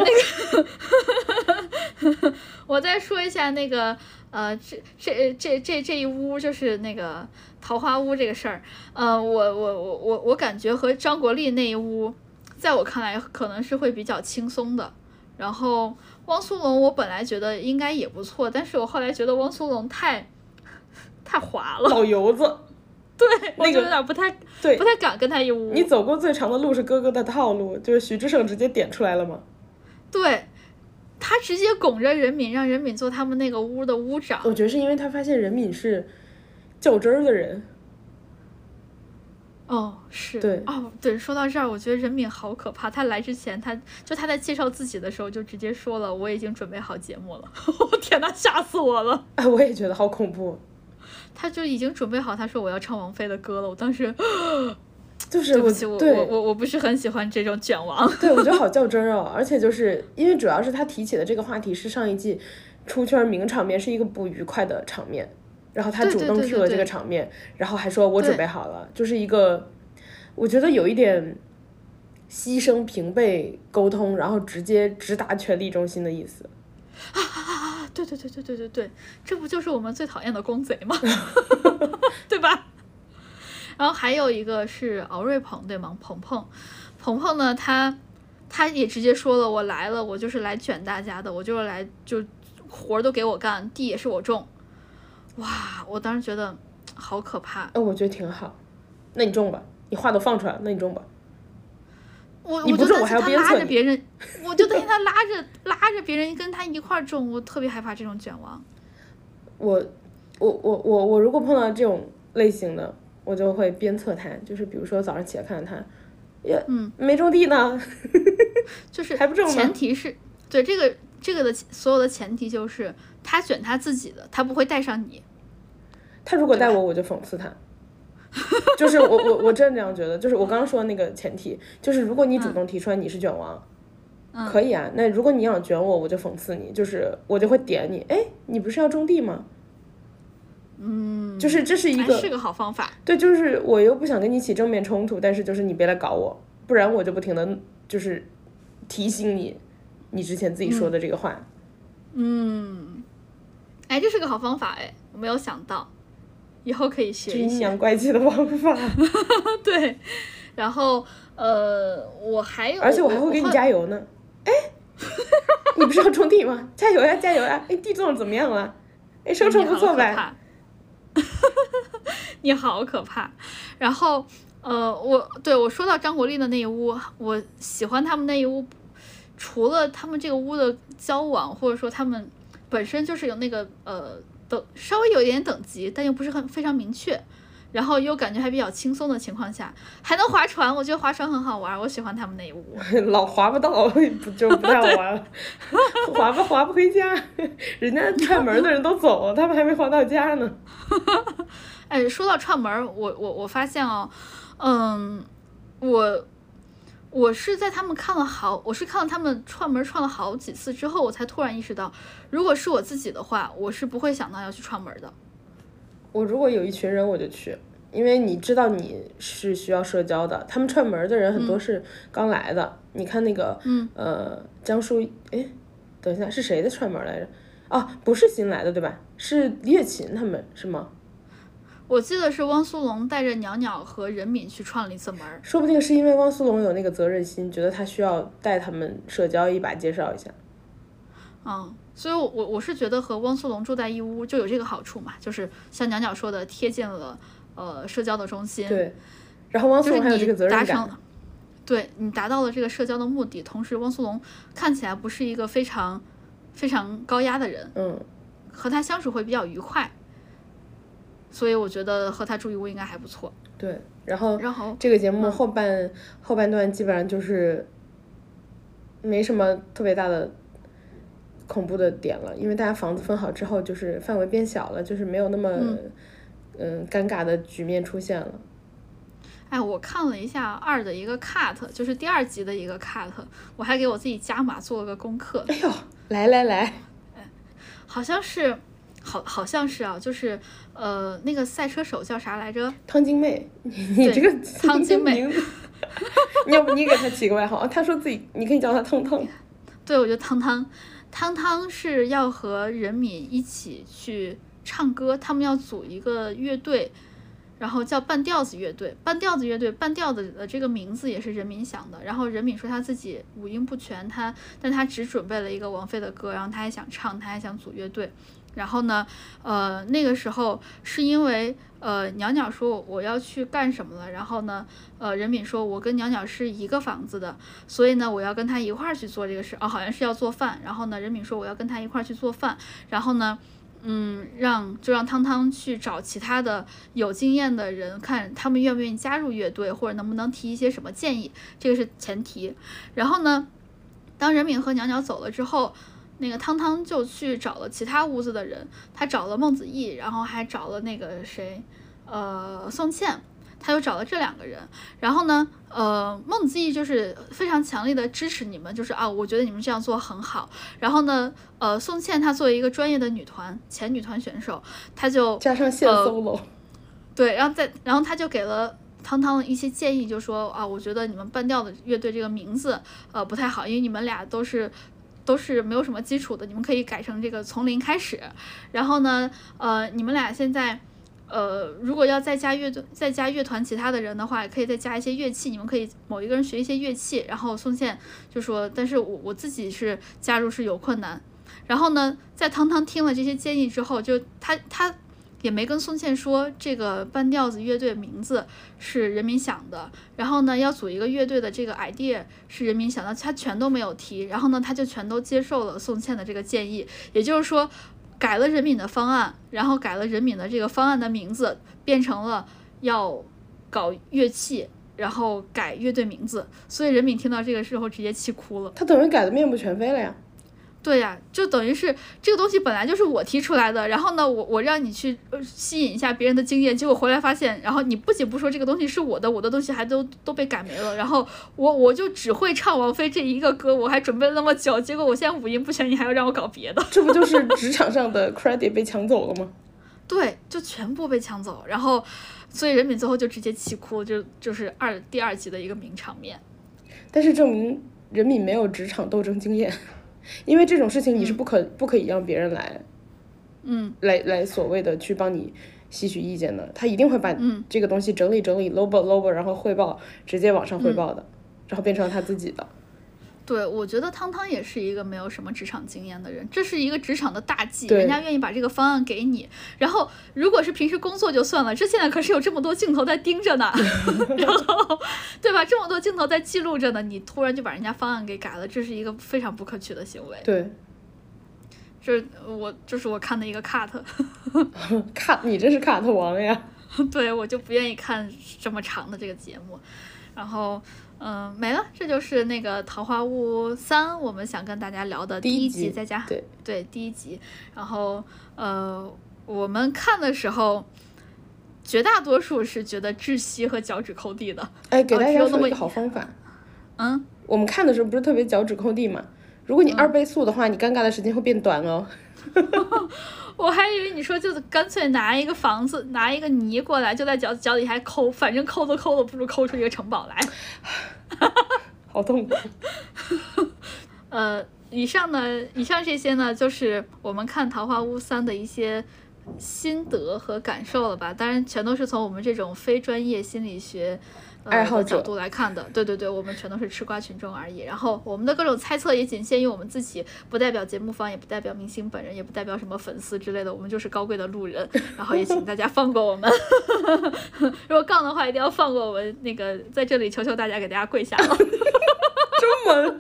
个，我再说一下那个这一屋就是那个桃花坞这个事儿，我感觉和张国立那一屋，在我看来可能是会比较轻松的。然后汪苏泷我本来觉得应该也不错，但是我后来觉得汪苏泷太滑了， 老油子。 对，我就有点不太敢跟他一屋。 你走过最长的路是哥哥的套路，就是徐志胜直接点出来了吗？ 对，他直接拱着任敏，让任敏做他们那个屋的屋长。 我觉得是因为他发现任敏是较真儿的人。 哦，是。 对。 哦，对，说到这儿，我觉得任敏好可怕。他来之前，他在介绍自己的时候就直接说了，我已经准备好节目了。天哪，吓死我了！ 哎，我也觉得好恐怖。 他就已经准备好，他说我要唱王菲的歌了。我当时就是对不起，我不是很喜欢这种卷王。 对，我觉得好较真哦，而且就是因为主要是他提起的这个话题是上一季出圈名场面，是一个不愉快的场面，然后他主动去了这个场面，然后还说我准备好了，就是一个我觉得有一点牺牲平辈沟通，然后直接直达权力中心的意思。 对，这不就是我们最讨厌的公贼吗？对吧？然后还有一个是敖瑞鹏，对吗？鹏鹏呢，他也直接说了，我来了，我就是来卷大家的，我就是来就活都给我干，地也是我种。哇，我当时觉得好可怕。 我觉得挺好。那你种吧，你话都放出来了，那你种吧。 你不种我还要鞭策别人，我就担心他拉着别人跟他一块种，我特别害怕这种卷王。 我如果碰到这种类型的，我就会鞭策他，就是比如说早上起来看到他，也没种地呢， 就是还不种呢。 对，这个的所有的前提就是他选他自己的，他不会带上你。 他如果带我就讽刺他。就是我真的这样觉得，就是我刚刚说的那个前提，就是如果你主动提出来你是卷王，可以啊。那如果你想卷我就讽刺你，就是我就会点你，哎，你不是要种地吗？就是这是一个是个好方法。 对，就是我又不想跟你起正面冲突，但是就是你别来搞我，不然我就不停的就是提醒你之前自己说的这个话。 哎，这是个好方法哎，我没有想到，以后可以学一学。 阴阳怪气的方法。 对，然后我还有， 而且我还会给你加油呢。哎，你不是要种地吗？加油呀，加油呀！哎，地种的怎么样了？哎，收成不错呗。 你好可怕。然后我说到张国立的那一屋，我喜欢他们那一屋，除了他们这个屋的交往，或者说他们本身就是有那个稍微有一点等级，但又不是非常明确，然后又感觉还比较轻松的情况下，还能划船，我觉得划船很好玩，我喜欢他们那一屋。 老划不到就不太好玩了。划不回家，人家串门的人都走了，他们还没划到家呢。 哎，说到串门，我发现哦，我是在他们我是看了他们串门串了好几次之后，我才突然意识到，如果是我自己的话，我是不会想到要去串门的。 我如果有一群人我就去，因为你知道你是需要社交的，他们串门的人很多是刚来的。你看那个江疏，哎，等一下是谁的串门来着？啊，不是新来的对吧？是李雪琴他们是吗？ 我记得是汪苏泷带着袅袅和任敏去串了一次门， 说不定是因为汪苏泷有那个责任心，觉得他需要带他们社交一把，介绍一下。 所以我是觉得和汪苏泷住在一屋就有这个好处嘛，就是像袅袅说的，贴近了社交的中心。 对，然后汪苏泷还有这个责任感。 对，你达到了这个社交的目的，同时汪苏泷看起来不是一个非常非常高压的人，和他相处会比较愉快。所以我觉得和他住一屋应该还不错。 对，然后这个节目后半段基本上就是没什么特别大的恐怖的点了，因为大家房子分好之后，就是范围变小了，就是没有那么尴尬的局面出现了。 哎，我看了一下2的一个 cut， 就是第2集的一个 cut， 我还给我自己加码做了个功课。 哎呦，来， 好像是啊，就是那个赛车手叫啥来着？ 汤晶妹，你这个汤晶妹， 要不你给他起个外号？他说自己，你可以叫他汤汤。 对，我觉得汤汤是要和任敏一起去唱歌，他们要组一个乐队，然后叫半调子乐队。半调子的这个名字也是任敏想的。然后任敏说他自己五音不全，但他只准备了一个王菲的歌，然后他还想唱，他还想组乐队。然后呢，那个时候是因为袅袅说我要去干什么了，然后呢，任敏说我跟袅袅是一个房子的，所以呢我要跟他一块儿去做这个事，好像是要做饭。然后呢，任敏说我要跟他一块儿去做饭，然后呢，让汤汤去找其他的有经验的人，看他们愿不愿意加入乐队，或者能不能提一些什么建议，这个是前提。然后呢，当任敏和袅袅走了之后，那个汤汤就去找了其他屋子的人，他找了孟子义，然后还找了那个谁，宋茜，他又找了这2个人。然后呢，孟子义就是非常强烈的支持你们，就是我觉得你们这样做很好。然后呢，宋茜她作为一个专业的前女团选手，她就加上线 solo， 对，然后她就给了汤汤一些建议，就说我觉得你们半调的乐队这个名字不太好，因为你们俩都是没有什么基础的，你们可以改成这个从零开始。然后呢，你们俩现在如果要再加乐团其他的人的话，也可以再加一些乐器，你们可以某一个人学一些乐器。然后宋茜就说，但是我自己是加入是有困难。然后呢，在汤汤听了这些建议之后，就他也没跟宋茜说这个半调子乐队的名字是任敏想的，然后呢要组一个乐队的这个 idea 是任敏想的，他全都没有提。然后呢他就全都接受了宋茜的这个建议，也就是说改了任敏的方案，然后改了任敏的这个方案的名字，变成了要搞乐器，然后改乐队名字。所以任敏听到这个时候直接气哭了， 他等于改的面目全非了呀。 对呀，就等于是这个东西本来就是我提出来的，然后呢，我让你去吸引一下别人的经验，结果回来发现，然后你不仅不说这个东西是我的东西还都被改没了，然后我就只会唱王菲这一个歌，我还准备了那么久，结果我现在五音不全，你还要让我搞别的， 这不就是职场上的 credit 被抢走了吗？ 对，就全部被抢走，然后所以任敏最后就直接气哭，就是第二集的一个名场面。 但是证明任敏没有职场斗争经验。因为这种事情你是不可以让别人来所谓的去帮你吸取意见的，他一定会把这个东西整理 lobo 然后汇报，直接往上汇报的，然后变成他自己的。 对，我觉得汤汤也是一个没有什么职场经验的人，这是一个职场的大忌， 对人家愿意把这个方案给你，然后如果是平时工作就算了，这现在可是有这么多镜头在盯着呢，然后对吧，这么多镜头在记录着呢，你突然就把人家方案给改了，这是一个非常不可取的行为。 对， 这是我看的一个 cut 你这是 cut 王呀。 对，我就不愿意看这么长的这个节目，然后没了，这就是那个《桃花坞3》我们想跟大家聊的第一集，再加对第一集。然后我们看的时候，绝大多数是觉得窒息和脚趾抠地的。 哎，给大家说一个好方法。我们看的时候不是特别脚趾抠地嘛？如果你2倍速的话，你尴尬的时间会变短哦。 我还以为你说就干脆拿一个房子，拿一个泥过来，就在脚底下抠，反正抠都抠了，不如抠出一个城堡来。 好痛苦。 以上这些呢，就是我们看《桃花坞3》的一些心得和感受了吧。当然，全都是从我们这种非专业心理学爱好者角度来看的。对，我们全都是吃瓜群众而已。然后我们的各种猜测也仅限于我们自己，不代表节目方，也不代表明星本人，也不代表什么粉丝之类的。我们就是高贵的路人。然后也请大家放过我们。如果杠的话，一定要放过我们。那个在这里求求大家给大家跪下了。 这么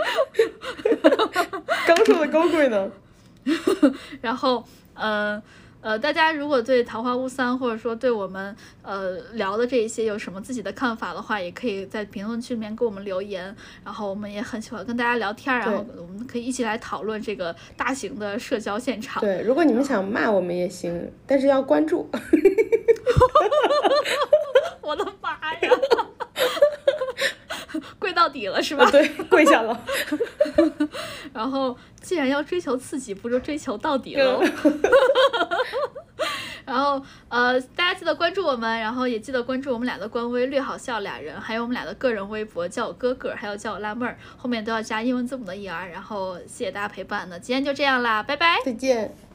刚说的高贵呢。 然后大家如果对《桃花坞3》或者说对我们聊的这一些有什么自己的看法的话，也可以在评论区里面给我们留言。然后我们也很喜欢跟大家聊天，然后我们可以一起来讨论这个大型的社交现场。 对，如果你们想骂我们也行，但是要关注。 我的妈呀！跪到底了是吧？ 对，跪下了。 然后既然要追求刺激，不如追求到底喽。然后大家记得关注我们，然后也记得关注我们俩的官微略好笑俩人，还有我们俩的个人微博，叫我哥哥，还有叫我辣妹儿，后面都要加英文字母的ER。然后谢谢大家陪伴，那今天就这样啦，拜拜， 再见。